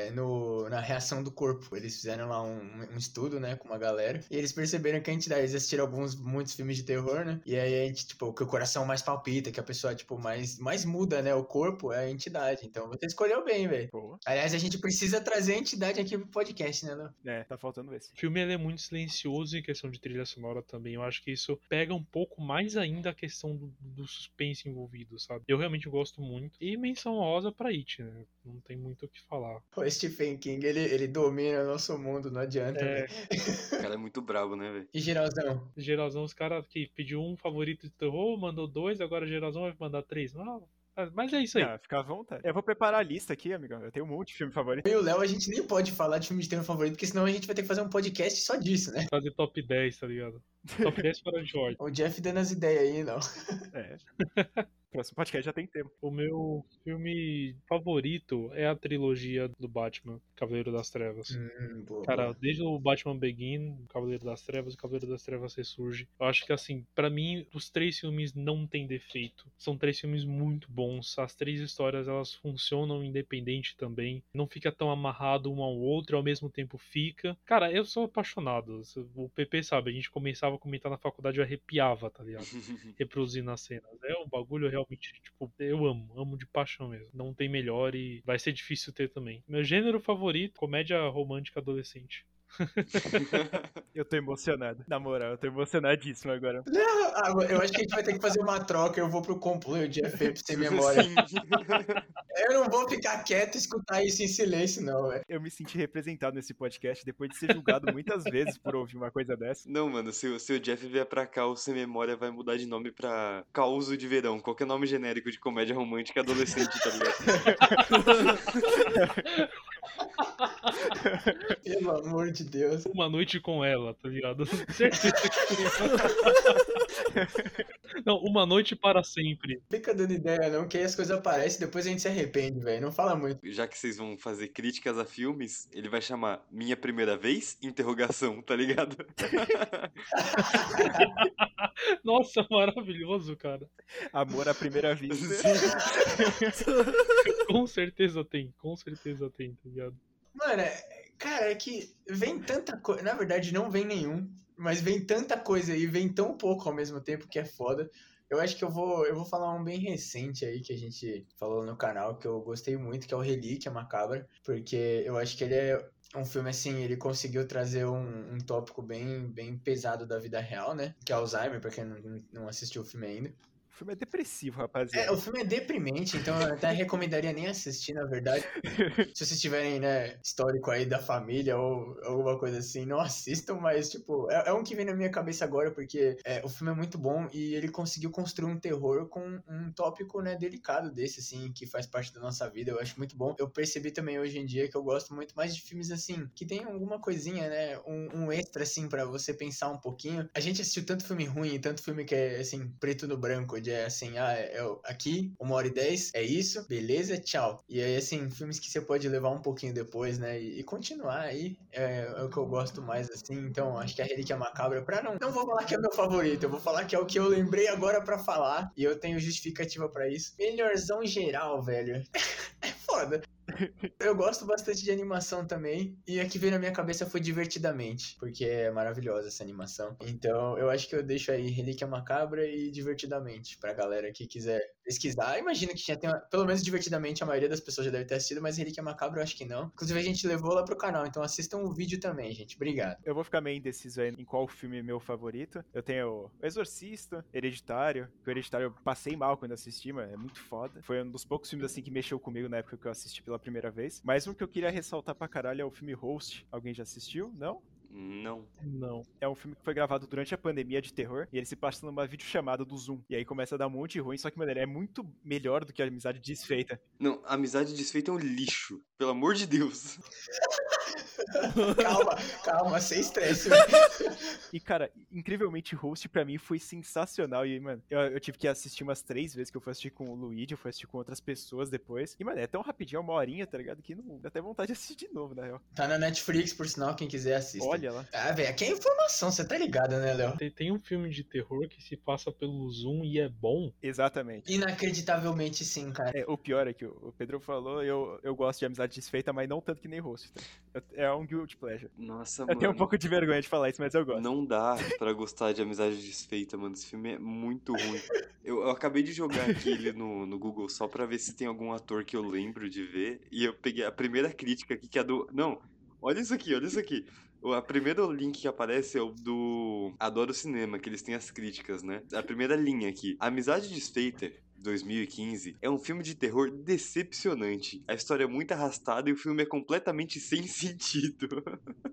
na reação do corpo. Eles fizeram lá um estudo, né, com uma galera, e eles perceberam que a Entidade, eles assistiram muitos filmes de terror, né, e aí a gente, tipo, que o coração mais palpita, que a pessoa, tipo, mais muda, né, o corpo, é a Entidade. Então você escolheu bem, velho. Boa. Aliás, a gente precisa trazer a Entidade aqui pro podcast, né, Léo? É, tá faltando esse. O filme ele é muito silencioso em questão de trilha sonora também. Eu acho que isso pega um pouco mais ainda a questão do suspense envolvido, sabe? Eu realmente gosto muito. E menção honrosa pra It, né? Não tem muito o que falar. O Stephen King, ele domina o nosso mundo, não adianta, É. velho. O cara é muito brabo, né, velho? E geralzão? Geralzão, os caras que pediu um favorito de terror, mandou 2, agora geralzão vai mandar 3. Mas é isso aí. Ah, fica à vontade. Eu vou preparar a lista aqui, amigão. Eu tenho um monte de filme favorito. Eu e o Léo, a gente nem pode falar de filme de terror favorito, porque senão a gente vai ter que fazer um podcast só disso, né? Fazer top 10, tá ligado? Top 10 fora de ordem. O Jeff dando as ideias aí, não. É. Próximo podcast já tem tempo. O meu filme favorito é a trilogia do Batman, Cavaleiro das Trevas. Boa, Cara, boa. desde o Batman Begin, o Cavaleiro das Trevas, o Cavaleiro das Trevas Ressurge. Eu acho que, assim, pra mim, os 3 filmes não tem defeito. São 3 filmes muito bons. As 3 histórias, elas funcionam independente também. Não fica tão amarrado um ao outro, ao mesmo tempo fica. Cara, eu sou apaixonado. O PP sabe, a gente começava a comentar na faculdade, eu arrepiava, tá ligado? Reproduzindo as cenas. É um bagulho realmente, tipo, eu amo de paixão mesmo. Não tem melhor e vai ser difícil ter também. Meu gênero favorito, comédia romântica adolescente. Eu tô emocionado. Na moral, eu tô emocionadíssimo agora. Eu acho que a gente vai ter que fazer uma troca. Eu vou pro complô e o Jeff vai sem memória. Sim. Eu não vou ficar quieto e escutar isso em silêncio, não, velho. Eu me senti representado nesse podcast depois de ser julgado muitas vezes por ouvir uma coisa dessa. Não, mano, se o Jeff vier pra cá, o Sem Memória vai mudar de nome pra Causo de Verão. Qualquer nome genérico de comédia romântica adolescente, tá ligado? Pelo amor de Deus. Uma noite com ela, tá ligado? Certeza que não, uma noite para sempre. Fica dando ideia, não, que aí as coisas aparecem e depois a gente se arrepende, velho. Não fala muito. Já que vocês vão fazer críticas a filmes, ele vai chamar Minha Primeira Vez? Interrogação, tá ligado? Nossa, maravilhoso, cara. Amor à primeira vista. Com certeza tem, tá ligado? Mano, cara, é que vem tanta coisa. Na verdade, não vem nenhum. Mas vem tanta coisa aí, vem tão pouco ao mesmo tempo que é foda. Eu acho que eu vou falar um bem recente aí que a gente falou no canal, que eu gostei muito, que é o Relíquia Macabra. Porque eu acho que ele é um filme assim, ele conseguiu trazer um tópico bem pesado da vida real, né? Que é Alzheimer, pra quem não assistiu o filme ainda. O filme é depressivo, rapaziada. O filme é deprimente, então eu até recomendaria nem assistir, na verdade. Se vocês tiverem, né, histórico aí da família ou alguma coisa assim, não assistam, mas, tipo, é um que vem na minha cabeça agora, porque o filme é muito bom e ele conseguiu construir um terror com um tópico, né, delicado desse, assim, que faz parte da nossa vida. Eu acho muito bom. Eu percebi também hoje em dia que eu gosto muito mais de filmes, assim, que tem alguma coisinha, né, um extra, assim, pra você pensar um pouquinho. A gente assistiu tanto filme ruim, tanto filme que é, assim, preto no branco, de assim, aqui, 1h10, é isso, beleza, tchau. E aí, assim, filmes que você pode levar um pouquinho depois, né, e continuar aí, é o que eu gosto mais, assim. Então, acho que a Relíquia Macabra, não vou falar que é meu favorito, eu vou falar que é o que eu lembrei agora pra falar, e eu tenho justificativa pra isso. Melhorzão geral, velho. É foda. Eu gosto bastante de animação também, e a que veio na minha cabeça foi Divertidamente, porque é maravilhosa essa animação. Então, eu acho que eu deixo aí Relíquia Macabra e Divertidamente, pra galera que quiser pesquisar. Imagino que já tem, pelo menos Divertidamente, a maioria das pessoas já deve ter assistido, mas Relíquia Macabra eu acho que não. Inclusive, a gente levou lá pro canal, então assistam o vídeo também, gente. Obrigado. Eu vou ficar meio indeciso aí em qual filme é meu favorito. Eu tenho O Exorcista, Hereditário, que o Hereditário eu passei mal quando assisti, mas é muito foda. Foi um dos poucos filmes assim que mexeu comigo na época que eu assisti pela primeira vez. Mas um que eu queria ressaltar pra caralho é o filme Host. Alguém já assistiu? Não? Não. É um filme que foi gravado durante a pandemia de terror e ele se passa numa videochamada do Zoom. E aí começa a dar um monte de ruim, só que, mano, ele é muito melhor do que a Amizade Desfeita. Não, Amizade Desfeita é um lixo. Pelo amor de Deus. Calma, sem estresse. E, cara, incrivelmente, Host pra mim foi sensacional. E, mano, eu tive que assistir umas 3 vezes, que eu fui assistir com o Luigi, eu fui assistir com outras pessoas depois. E, mano, é tão rapidinho, 1 horinha, tá ligado? Que não dá até vontade de assistir de novo, na real. Tá na Netflix, por sinal, quem quiser assista. Olha lá. Ah, velho, aqui é informação, você tá ligado, né, Léo? Tem um filme de terror que se passa pelo Zoom e é bom. Exatamente. Inacreditavelmente sim, cara. O pior é que o Pedro falou, eu gosto de Amizade Desfeita, mas não tanto que nem Host. Tá? É um guilty pleasure. Nossa, Eu mano. tenho um pouco de vergonha de falar isso, mas eu gosto. Não dá pra gostar de Amizade Desfeita, mano. Esse filme é muito ruim. Eu acabei de jogar aqui ele no Google só pra ver se tem algum ator que eu lembro de ver. E eu peguei a primeira crítica aqui, que é do... Não, olha isso aqui, olha isso aqui. A primeiro link que aparece é o do Adoro Cinema, que eles têm as críticas, né? A primeira linha aqui. Amizade Desfeita, 2015, é um filme de terror decepcionante. A história é muito arrastada e o filme é completamente sem sentido.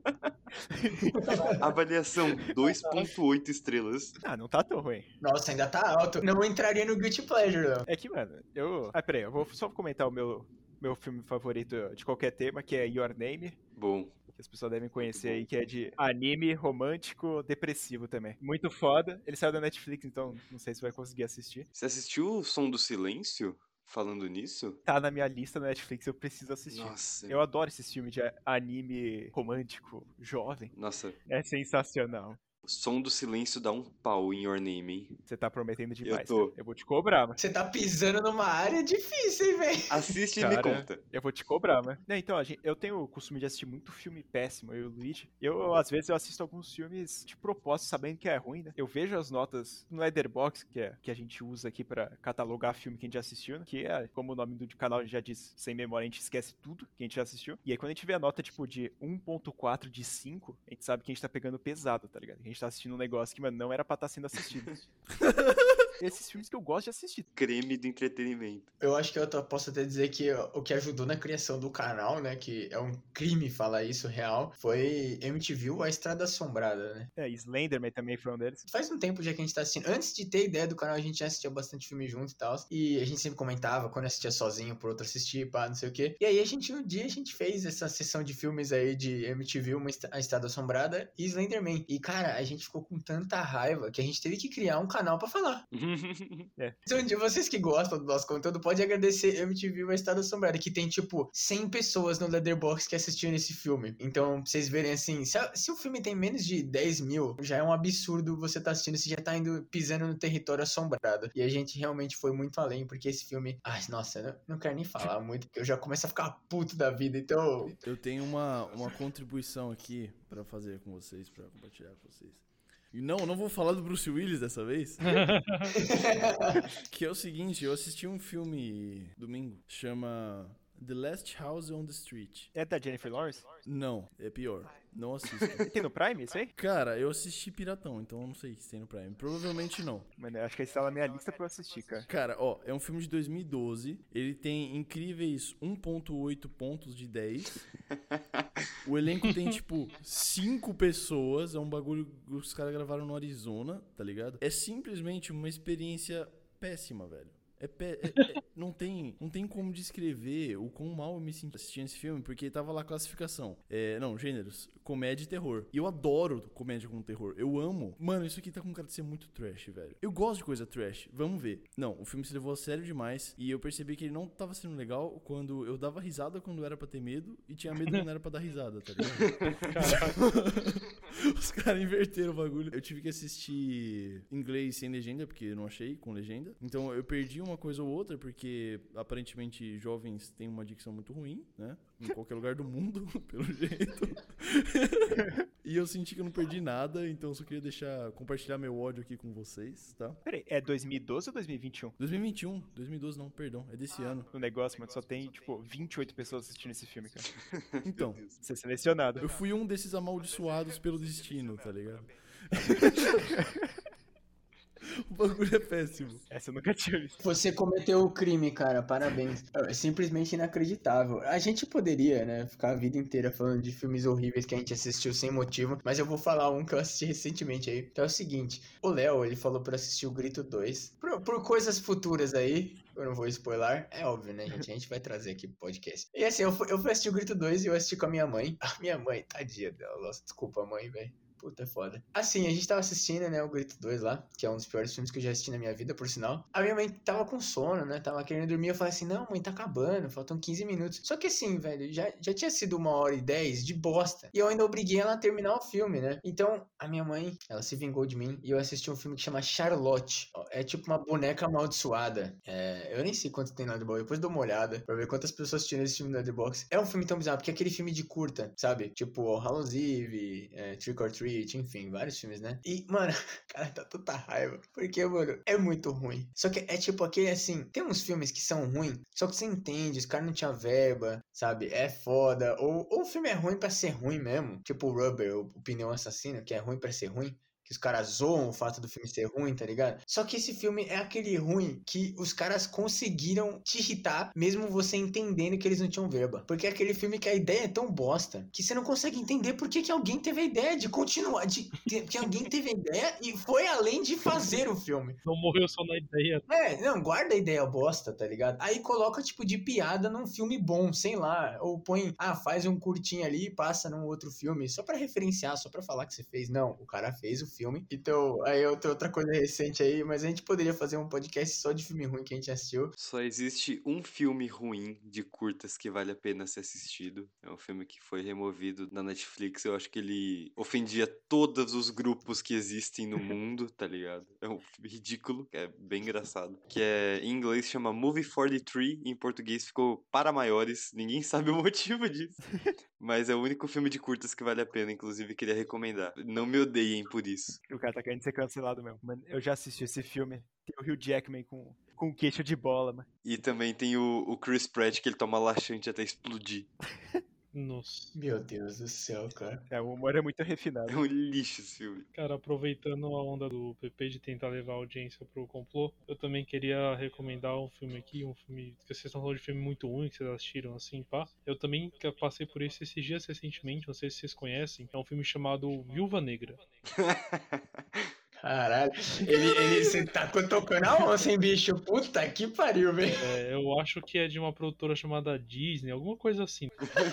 Avaliação 2.8 estrelas. Ah, não tá tão ruim. Nossa, ainda tá alto. Não entraria no Guilty Pleasure, Léo. É que, mano, peraí, eu vou só comentar o meu filme favorito de qualquer tema, que é Your Name. Bom. Que as pessoas devem conhecer aí, que é de anime romântico depressivo também. Muito foda. Ele saiu da Netflix, então não sei se vai conseguir assistir. Você assistiu O Som do Silêncio? Falando nisso? Tá na minha lista na Netflix, eu preciso assistir. Nossa. Eu adoro esses filmes de anime romântico jovem. Nossa. É sensacional. Som do Silêncio dá um pau em Your Name, hein? Você tá prometendo demais. Eu tô. Cara. Eu vou te cobrar, mano. Você tá pisando numa área difícil, hein, velho? Assiste Cara, e me conta. Eu vou te cobrar, mano. Não, então, eu tenho o costume de assistir muito filme péssimo, eu e o Luigi. Às vezes, eu assisto alguns filmes de propósito, sabendo que é ruim, né? Eu vejo as notas no Letterboxd, que a gente usa aqui pra catalogar filme que a gente já assistiu, né? Que é, como o nome do canal já diz, sem memória, a gente esquece tudo que a gente já assistiu. E aí, quando a gente vê a nota, tipo, de 1.4 de 5, a gente sabe que a gente tá pegando pesado, tá ligado? Que a gente tá assistindo um negócio que, mano, não era pra estar sendo assistido. Esses filmes que eu gosto de assistir. Creme do entretenimento. Eu acho que eu posso até dizer que o que ajudou na criação do canal, né, que é um crime falar isso real, foi MTV, A Estrada Assombrada, né? Slenderman também foi um deles. Faz um tempo já que a gente tá assistindo. Antes de ter ideia do canal, a gente já assistia bastante filme junto e tal. E a gente sempre comentava, quando assistia sozinho, por outro assistir, pá, não sei o quê. E aí, um dia a gente fez essa sessão de filmes aí de MTV, A Estrada Assombrada e Slenderman. E, cara, a gente ficou com tanta raiva que a gente teve que criar um canal pra falar. Então, de vocês que gostam do nosso conteúdo, pode agradecer MTV, A Estrada Assombrada, que tem, tipo, 100 pessoas no Letterboxd que assistiram esse filme. Então, pra vocês verem, assim, se o filme tem menos de 10 mil, já é um absurdo você tá assistindo, você já tá pisando no território assombrado. E a gente realmente foi muito além, porque esse filme... Ai, nossa, eu não quero nem falar muito, porque eu já começo a ficar puto da vida, então... Eu tenho uma contribuição aqui pra fazer com vocês, pra compartilhar com vocês. E não vou falar do Bruce Willis dessa vez. Que é o seguinte, eu assisti um filme domingo, chama The Last House on the Street. É da Jennifer Lawrence? Não, é pior. Não assisto. Tem no Prime isso aí? Cara, eu assisti Piratão, então eu não sei se tem no Prime. Provavelmente não. Mano, eu acho que esse tá na minha lista pra eu assistir, cara. Cara, ó, é um filme de 2012. Ele tem incríveis 1.8 pontos de 10. O elenco tem, tipo, 5 pessoas. É um bagulho que os caras gravaram no Arizona, tá ligado? É simplesmente uma experiência péssima, velho. Não tem como descrever o quão mal eu me senti assistindo esse filme, porque tava lá a classificação. Gêneros, comédia e terror. E eu adoro comédia com terror. Eu amo. Mano, isso aqui tá com cara de ser muito trash, velho. Eu gosto de coisa trash. Vamos ver. Não, o filme se levou a sério demais. E eu percebi que ele não tava sendo legal quando eu dava risada quando era pra ter medo e tinha medo quando era pra dar risada, tá ligado? Os caras inverteram o bagulho. Eu tive que assistir inglês sem legenda, porque eu não achei com legenda. Então eu perdi uma coisa ou outra, porque aparentemente jovens têm uma dicção muito ruim, né? Em qualquer lugar do mundo, pelo jeito. E eu senti que eu não perdi nada, então só queria compartilhar meu ódio aqui com vocês, tá? Peraí, é 2012 ou 2021? 2021, 2012 não, perdão, é desse ano. No negócio, mano, só tem, tipo, 28 pessoas assistindo esse filme, cara. Então, Você é selecionado. eu fui um desses amaldiçoados pelo destino, tá ligado? O bagulho é péssimo. Essa eu nunca tinha visto. Você cometeu o crime, cara, parabéns. É simplesmente inacreditável. A gente poderia, né, ficar a vida inteira falando de filmes horríveis que a gente assistiu sem motivo, mas eu vou falar um que eu assisti recentemente aí, que é o seguinte. O Léo, ele falou pra assistir o Grito 2. Por coisas futuras aí, eu não vou spoiler, é óbvio, né, gente? A gente vai trazer aqui pro podcast. E assim, eu fui assistir o Grito 2 e eu assisti com a minha mãe. A minha mãe, tadinha dela, nossa, desculpa, mãe, velho. Puta, é foda. Assim, a gente tava assistindo, né, o Grito 2 lá, que é um dos piores filmes que eu já assisti na minha vida, por sinal. A minha mãe tava com sono, né, tava querendo dormir. Eu falei assim, não, mãe, tá acabando, faltam 15 minutos. Só que assim, velho, já tinha sido 1h10 de bosta. E eu ainda obriguei ela a terminar o filme, né. Então, a minha mãe, ela se vingou de mim e eu assisti um filme que chama Charlotte. É tipo uma boneca amaldiçoada. Eu nem sei quanto tem no Letterboxd, depois dou uma olhada pra ver quantas pessoas assistiram esse filme no Letterboxd. É um filme tão bizarro, porque é aquele filme de curta, sabe? Tipo, Hallows Eve, Trick or Treat, enfim, vários filmes, né? E, mano, cara, tá tanta raiva. Porque, mano, é muito ruim. Só que é tipo aquele, assim, tem uns filmes que são ruins, só que você entende, os caras não tinham verba, sabe? É foda. Ou o filme é ruim pra ser ruim mesmo. Tipo o Rubber, o Pneu Assassino, que é ruim pra ser ruim. Que os caras zoam o fato do filme ser ruim, tá ligado? Só que esse filme é aquele ruim que os caras conseguiram te irritar, mesmo você entendendo que eles não tinham verba. Porque é aquele filme que a ideia é tão bosta que você não consegue entender por que alguém teve a ideia de continuar, que alguém teve a ideia e foi além de fazer o filme. Não morreu só na ideia. Não, guarda a ideia bosta, tá ligado? Aí coloca, tipo, de piada num filme bom, sei lá. Ou põe, faz um curtinho ali e passa num outro filme, só pra referenciar, só pra falar que você fez. Não, o cara fez o filme. Então, aí eu tenho outra coisa recente aí, mas a gente poderia fazer um podcast só de filme ruim que a gente assistiu. Só existe um filme ruim de curtas que vale a pena ser assistido. É um filme que foi removido da Netflix. Eu acho que ele ofendia todos os grupos que existem no mundo, tá ligado? É um filme ridículo, é bem engraçado. Que em inglês chama Movie 43, em português ficou Para Maiores. Ninguém sabe o motivo disso. Mas é o único filme de curtas que vale a pena, inclusive queria recomendar. Não me odeiem por isso. O cara tá querendo ser cancelado mesmo. Mano, eu já assisti esse filme. Tem o Hugh Jackman com queixo de bola, mano. E também tem o Chris Pratt, que ele toma laxante até explodir. Nossa. Meu Deus do céu, cara. O humor é muito refinado. É um lixo esse filme. Cara, aproveitando a onda do PP de tentar levar a audiência pro complô, eu também queria recomendar um filme aqui, um filme que vocês estão falando de filme muito ruim, que vocês assistiram assim, pá. Eu também passei por isso esses dias recentemente, não sei se vocês conhecem, é um filme chamado Viúva Negra. Caralho, você tá tocando a onça, hein, bicho? Puta que pariu, velho. Eu acho que é de uma produtora chamada Disney, alguma coisa assim.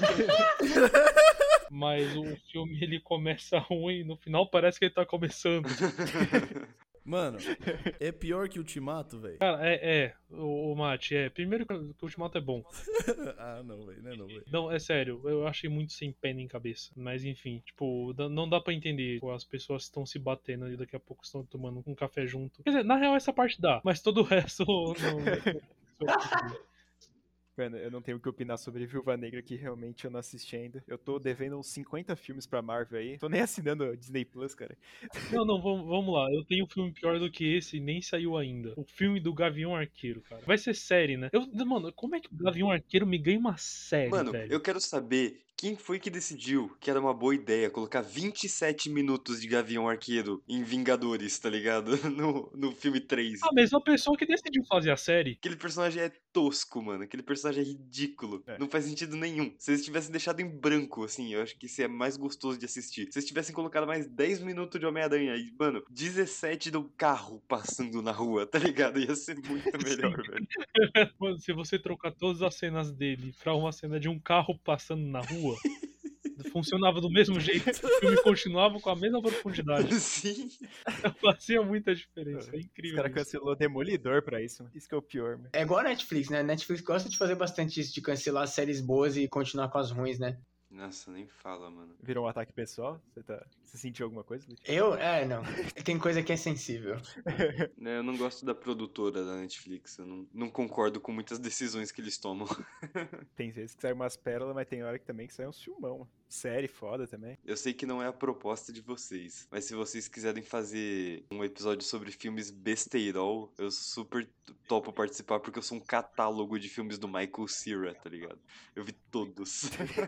Mas o filme, ele começa ruim e no final parece que ele tá começando. Mano, é pior que Ultimato, velho. Cara, o Mate, primeiro que o Ultimato é bom. Não, velho, não, velho. Não, é sério, eu achei muito sem pé nem cabeça. Mas enfim, tipo, não dá pra entender. Tipo, as pessoas estão se batendo e daqui a pouco estão tomando um café junto. Quer dizer, na real essa parte dá, mas todo o resto não. Mano, eu não tenho o que opinar sobre Viúva Negra, que realmente eu não assisti ainda. Eu tô devendo uns 50 filmes pra Marvel aí. Tô nem assinando a Disney Plus, cara. Não, vamos lá. Eu tenho um filme pior do que esse e nem saiu ainda. O filme do Gavião Arqueiro, cara. Vai ser série, né? Mano, como é que o Gavião Arqueiro me ganha uma série, Mano, velho? eu quero saber quem foi que decidiu que era uma boa ideia colocar 27 minutos de Gavião Arqueiro em Vingadores, tá ligado? No filme 3. A mesma pessoa que decidiu fazer a série. Aquele personagem é tosco, mano. Aquele personagem é ridículo. É. Não faz sentido nenhum. Se eles tivessem deixado em branco, assim, eu acho que isso é mais gostoso de assistir. Se eles tivessem colocado mais 10 minutos de Homem-Aranha e, mano, 17 do carro passando na rua, tá ligado? Ia ser muito melhor, velho. Mano, se você trocar todas as cenas dele pra uma cena de um carro passando na rua, funcionava do mesmo jeito. O filme continuava com a mesma profundidade. Sim. Fazia muita diferença. É Os incrível. caras isso. cancelou Demolidor pra isso, mano. Isso que é o pior, mano. É igual a Netflix, né? A Netflix gosta de fazer bastante isso, de cancelar séries boas e continuar com as ruins, né? Nossa, nem fala, mano. Virou um ataque pessoal? Você sentiu alguma coisa, Luiz? Não. Tem coisa que é sensível. Eu não gosto da produtora da Netflix. Eu não concordo com muitas decisões que eles tomam. Tem vezes que sai umas pérolas, mas tem hora que também que sai um filmão. Série foda também. Eu sei que não é a proposta de vocês, mas se vocês quiserem fazer um episódio sobre filmes besteirol, eu super topo participar porque eu sou um catálogo de filmes do Michael Cera, tá ligado? Eu vi todos.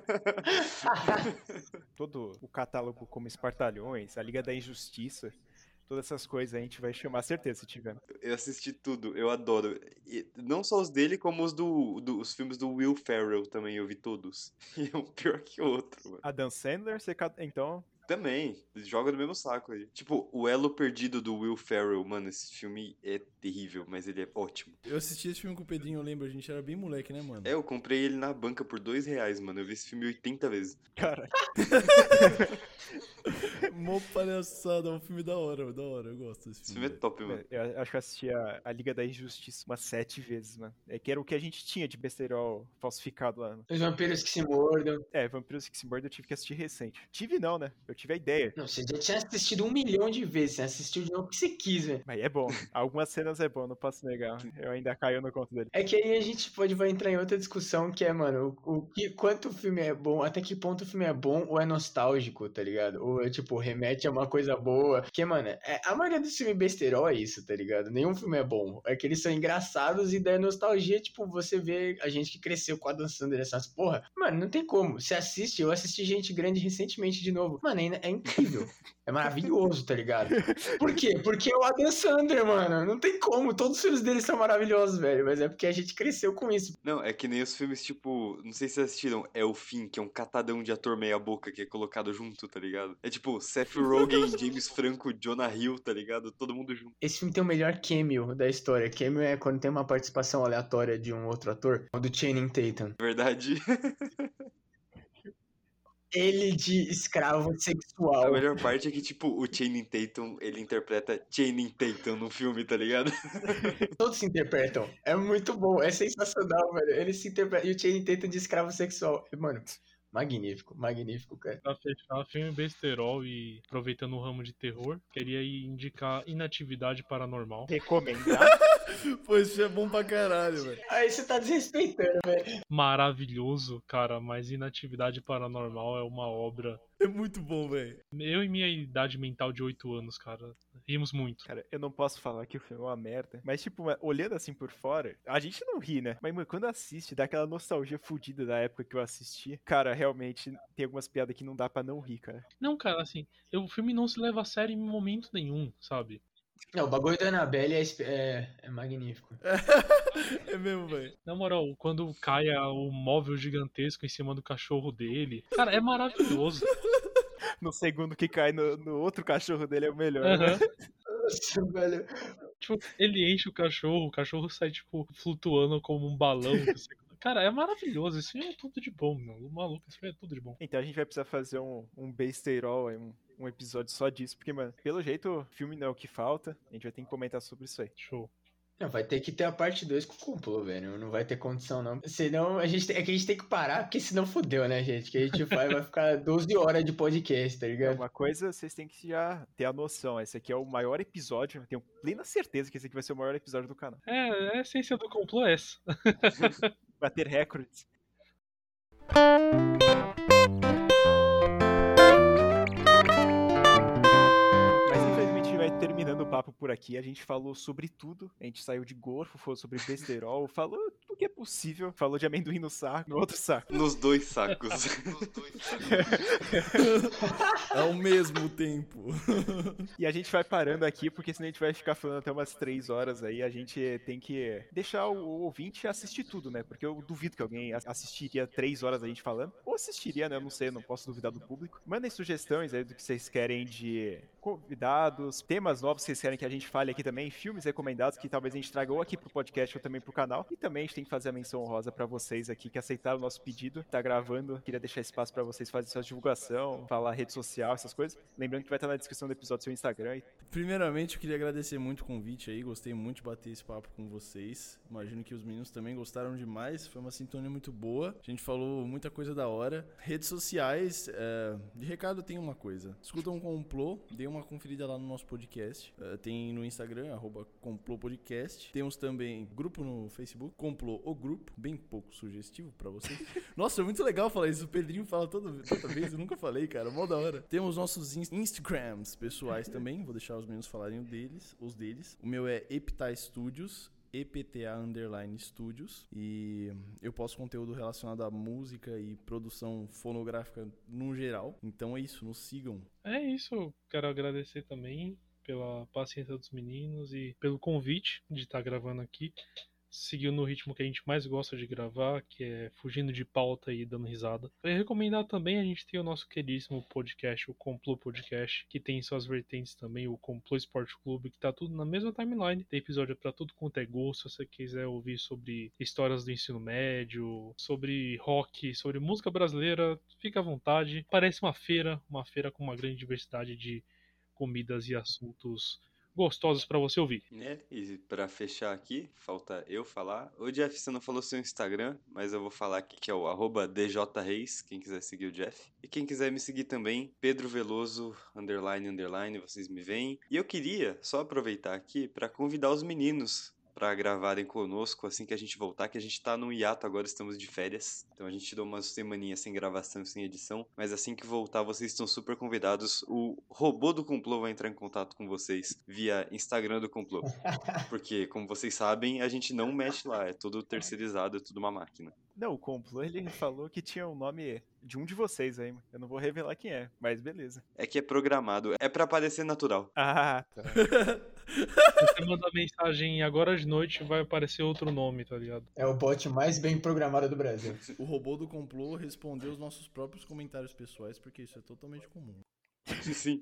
Todo o catálogo como Espartalhões, a Liga da Injustiça, todas essas coisas a gente vai chamar, certeza, se tiver. Eu assisti tudo, eu adoro. E não só os dele, como os filmes do Will Ferrell também, eu vi todos. E é um pior que o outro, mano. Adam Sandler, então... Também, joga no mesmo saco aí. Tipo, O Elo Perdido do Will Ferrell, mano, esse filme é terrível, mas ele é ótimo. Eu assisti esse filme com o Pedrinho, eu lembro, a gente era bem moleque, né, mano? Eu comprei ele na banca por R$2, mano. Eu vi esse filme 80 vezes. Cara, Mó palhaçada, é um filme da hora, eu gosto desse Esse filme. filme é top, mano. eu acho que eu assisti a Liga da Injustiça umas 7 vezes, mano. É que era o que a gente tinha de besteirol falsificado lá. Os vampiros que se mordam. Vampiros que se mordam eu tive que assistir recente. Tive não, né? Eu tive a ideia. Não, você já tinha assistido 1 milhão de vezes. Você assistiu de novo que você quis, velho. Mas é bom. Algumas cenas é bom, não posso negar. Eu ainda caio no conto dele. É que aí a gente vai entrar em outra discussão que é, mano, quanto o filme é bom, até que ponto o filme é bom ou é nostálgico, tá ligado? Ou é, tipo, remete a uma coisa boa. Porque, mano, a maioria dos filmes besterol é isso, tá ligado? Nenhum filme é bom. É que eles são engraçados e da nostalgia, tipo, você vê a gente que cresceu com a Dan Sandler, essas porra. Mano, não tem como. Você assiste, eu assisti Gente Grande recentemente de novo. Mano, é incrível. É maravilhoso, tá ligado? Por quê? Porque é o Adam Sandler, mano. Não tem como. Todos os filmes dele são maravilhosos, velho. Mas é porque a gente cresceu com isso. Não, é que nem os filmes, tipo, não sei se vocês assistiram, É o Fim, que é um catadão de ator meia boca que é colocado junto, tá ligado? É tipo, Seth Rogen, James Franco, Jonah Hill, tá ligado? Todo mundo junto. Esse filme tem o melhor cameo da história. Cameo é quando tem uma participação aleatória de um outro ator, o do Channing Tatum. Verdade. Ele de escravo A sexual. melhor parte é que, tipo, o Channing Tatum, ele interpreta Channing Tatum no filme, tá ligado? Todos se interpretam. É muito bom. É sensacional, velho. Ele se interpreta. E o Channing Tatum de escravo sexual. Mano, magnífico. Magnífico, cara. Pra fechar, filme besterol e aproveitando o ramo de terror, queria indicar Inatividade Paranormal. Recomendar? Pô, esse filme é bom pra caralho, velho. Aí você tá desrespeitando, velho. Maravilhoso, cara, mas Inatividade Paranormal é uma obra. É muito bom, velho. Eu e minha idade mental de 8 anos, cara, rimos muito. Cara, eu não posso falar que o filme é uma merda. Mas, tipo, olhando assim por fora, a gente não ri, né? Mas, mano, quando assiste, dá aquela nostalgia fodida da época que eu assisti. Cara, realmente, tem algumas piadas que não dá pra não rir, cara. Não, cara, assim, o filme não se leva a sério em momento nenhum, sabe? Não, o bagulho da Annabelle é magnífico. É mesmo, velho. Na moral, quando cai o móvel gigantesco em cima do cachorro dele, cara, é maravilhoso. No segundo que cai no outro cachorro dele é o melhor. Aham. Nossa, velho. Tipo, ele enche o cachorro sai, tipo, flutuando como um balão. Cara, é maravilhoso. Isso é tudo de bom, meu. O maluco, isso é tudo de bom. Então a gente vai precisar fazer um besteirol, um episódio só disso. Porque, mano, pelo jeito, filme não é o que falta. A gente vai ter que comentar sobre isso aí. Show. Não, vai ter que ter a parte 2 com o complô, velho. Não vai ter condição, não. Senão, a gente tem que parar, porque senão fodeu, né, gente? Que a gente vai ficar 12 horas de podcast, tá É ligado? uma coisa, vocês têm que já ter a noção. Esse aqui é o maior episódio. Eu tenho plena certeza que esse aqui vai ser o maior episódio do canal. A essência do complô é essa. bater recordes. Terminando o papo por aqui, a gente falou sobre tudo. A gente saiu de gorfo, falou sobre besterol, falou tudo que é possível. Falou de amendoim no saco, no outro saco. Nos dois sacos. Ao mesmo tempo. E a gente vai parando aqui, porque senão a gente vai ficar falando até umas 3 horas aí. A gente tem que deixar o ouvinte assistir tudo, né? Porque eu duvido que alguém assistiria 3 horas a gente falando. Ou assistiria, né? Eu não sei, eu não posso duvidar do público. Mandem sugestões aí do que vocês querem de convidados, temas novos que vocês querem que a gente fale aqui também, filmes recomendados que talvez a gente traga ou aqui pro podcast ou também pro canal. E também a gente tem que fazer a menção honrosa pra vocês aqui que aceitaram o nosso pedido. Tá gravando, queria deixar espaço pra vocês fazerem sua divulgação, falar rede social, essas coisas. Lembrando que vai estar na descrição do episódio seu Instagram. Primeiramente, eu queria agradecer muito o convite aí, gostei muito de bater esse papo com vocês. Imagino que os meninos também gostaram demais, foi uma sintonia muito boa. A gente falou muita coisa da hora. Redes sociais, de recado tem uma coisa. Escutam um Complô, dê uma conferida lá no nosso podcast. Tem no Instagram, @complôpodcast. Temos também grupo no Facebook, Complô o Grupo, bem pouco sugestivo pra vocês. Nossa, é muito legal falar isso, o Pedrinho fala toda vez, eu nunca falei, cara, mó da hora. Temos nossos Instagrams pessoais também, vou deixar os meninos falarem os deles. O meu é Epta Studios, EPTA_Studios, e eu posto conteúdo relacionado à música e produção fonográfica no geral. Então é isso, nos sigam. É isso, quero agradecer também pela paciência dos meninos e pelo convite de estar gravando aqui. Seguiu no ritmo que a gente mais gosta de gravar, que é fugindo de pauta e dando risada. Para recomendar também, a gente tem o nosso queridíssimo podcast, o Complô Podcast, que tem suas vertentes também, o Complô Esporte Clube, que tá tudo na mesma timeline. Tem episódio para tudo quanto é gosto. Se você quiser ouvir sobre histórias do ensino médio, sobre rock, sobre música brasileira, fica à vontade. Parece uma feira com uma grande diversidade de comidas e assuntos gostosos pra você ouvir. E pra fechar aqui, falta eu falar. O Jeff, você não falou seu Instagram, mas eu vou falar aqui que é o @djreis, quem quiser seguir o Jeff. E quem quiser me seguir também, Pedro Veloso, _, vocês me veem. E eu queria só aproveitar aqui pra convidar os meninos pra gravarem conosco assim que a gente voltar, que a gente tá num hiato agora, estamos de férias. Então a gente tirou umas semaninhas sem gravação e sem edição, mas assim que voltar vocês estão super convidados. O robô do Complô vai entrar em contato com vocês via Instagram do Complô. Porque, como vocês sabem, a gente não mexe lá, é tudo terceirizado, é tudo uma máquina. Não, o Complô, ele falou que tinha o nome de um de vocês aí, eu não vou revelar quem é, mas beleza. É que é programado, é pra parecer natural. Ah, tá. Você manda mensagem agora de noite, vai aparecer outro nome, tá ligado? É o bot mais bem programado do Brasil. O robô do Complô respondeu os nossos próprios comentários pessoais, porque isso é totalmente comum. Sim.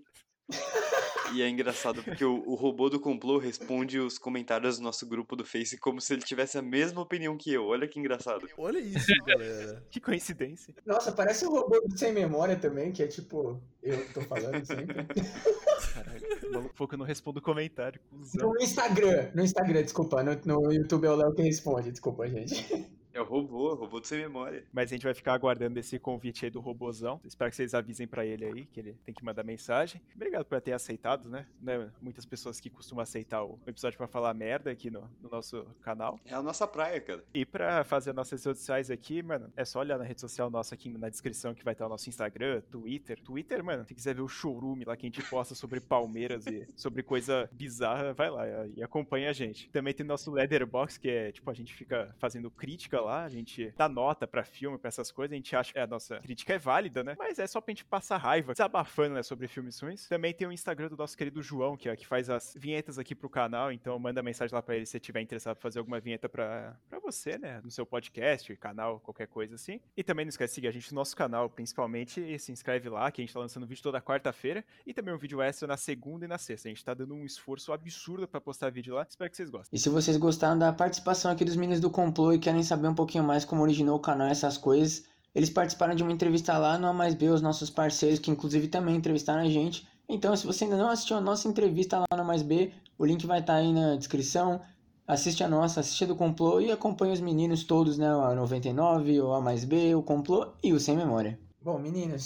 E é engraçado porque o robô do Complô responde os comentários do nosso grupo do Face como se ele tivesse a mesma opinião que eu. Olha que engraçado. Olha isso, galera. Que coincidência. Nossa, parece um robô sem memória também, que é tipo, eu que tô falando sempre. Caralho, o maluco falou que eu não respondo comentário, cuzão. No Instagram, desculpa. No YouTube é o Léo que responde, desculpa, gente. É o robô do sem memória. Mas a gente vai ficar aguardando esse convite aí do robozão. Espero que vocês avisem pra ele aí, que ele tem que mandar mensagem. Obrigado por ter aceitado, né? Muitas pessoas que costumam aceitar o episódio pra falar merda aqui no nosso canal. É a nossa praia, cara. E pra fazer nossas redes sociais aqui, mano, é só olhar na rede social nossa aqui na descrição que vai estar o nosso Instagram, Twitter. Twitter, mano, se quiser ver o showroom lá que a gente posta sobre Palmeiras e sobre coisa bizarra, vai lá e acompanha a gente. Também tem nosso Letterboxd, que é, tipo, a gente fica fazendo crítica lá, a gente dá nota pra filme, pra essas coisas, a gente acha que a nossa crítica é válida, né? Mas é só pra gente passar raiva, desabafando, né, sobre filmes ruins. Também tem o Instagram do nosso querido João, que faz as vinhetas aqui pro canal, então manda mensagem lá pra ele se você tiver interessado em fazer alguma vinheta pra você, né, no seu podcast, canal, qualquer coisa assim. E também não esquece de seguir a gente no nosso canal, principalmente, e se inscreve lá, que a gente tá lançando vídeo toda quarta-feira, e também um vídeo extra na segunda e na sexta. A gente tá dando um esforço absurdo pra postar vídeo lá, espero que vocês gostem. E se vocês gostaram da participação aqui dos meninos do Complô e querem saber um pouquinho mais como originou o canal, essas coisas, eles participaram de uma entrevista lá no A Mais B, os nossos parceiros, que inclusive também entrevistaram a gente. Então, se você ainda não assistiu a nossa entrevista lá no A Mais B, o link vai estar aí na descrição. Assiste a nossa, assiste a do Complô e acompanha os meninos todos, né? O 99, o A Mais B, o Complô e o Sem Memória. Bom, meninos,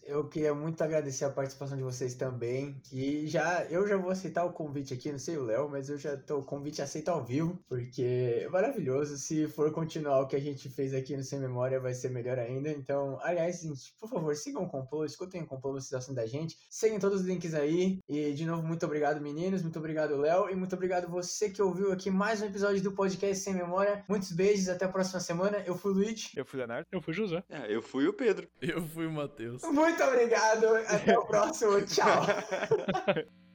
Eu queria muito agradecer a participação de vocês também. E eu já vou aceitar o convite aqui, não sei o Léo, mas eu já tô o convite aceito ao vivo, porque é maravilhoso. Se for continuar o que a gente fez aqui no Sem Memória, vai ser melhor ainda. Então, aliás, gente, por favor, sigam o Complô, escutem o Complô, vocês gostam da gente. Seguem todos os links aí. E, de novo, muito obrigado, meninos. Muito obrigado, Léo. E muito obrigado você que ouviu aqui mais um episódio do podcast Sem Memória. Muitos beijos, até a próxima semana. Eu fui o Luigi. Eu fui o Leonardo. Eu fui o José. Eu fui o Pedro. Eu fui o Matheus. Muito obrigado. Até o próximo. Tchau.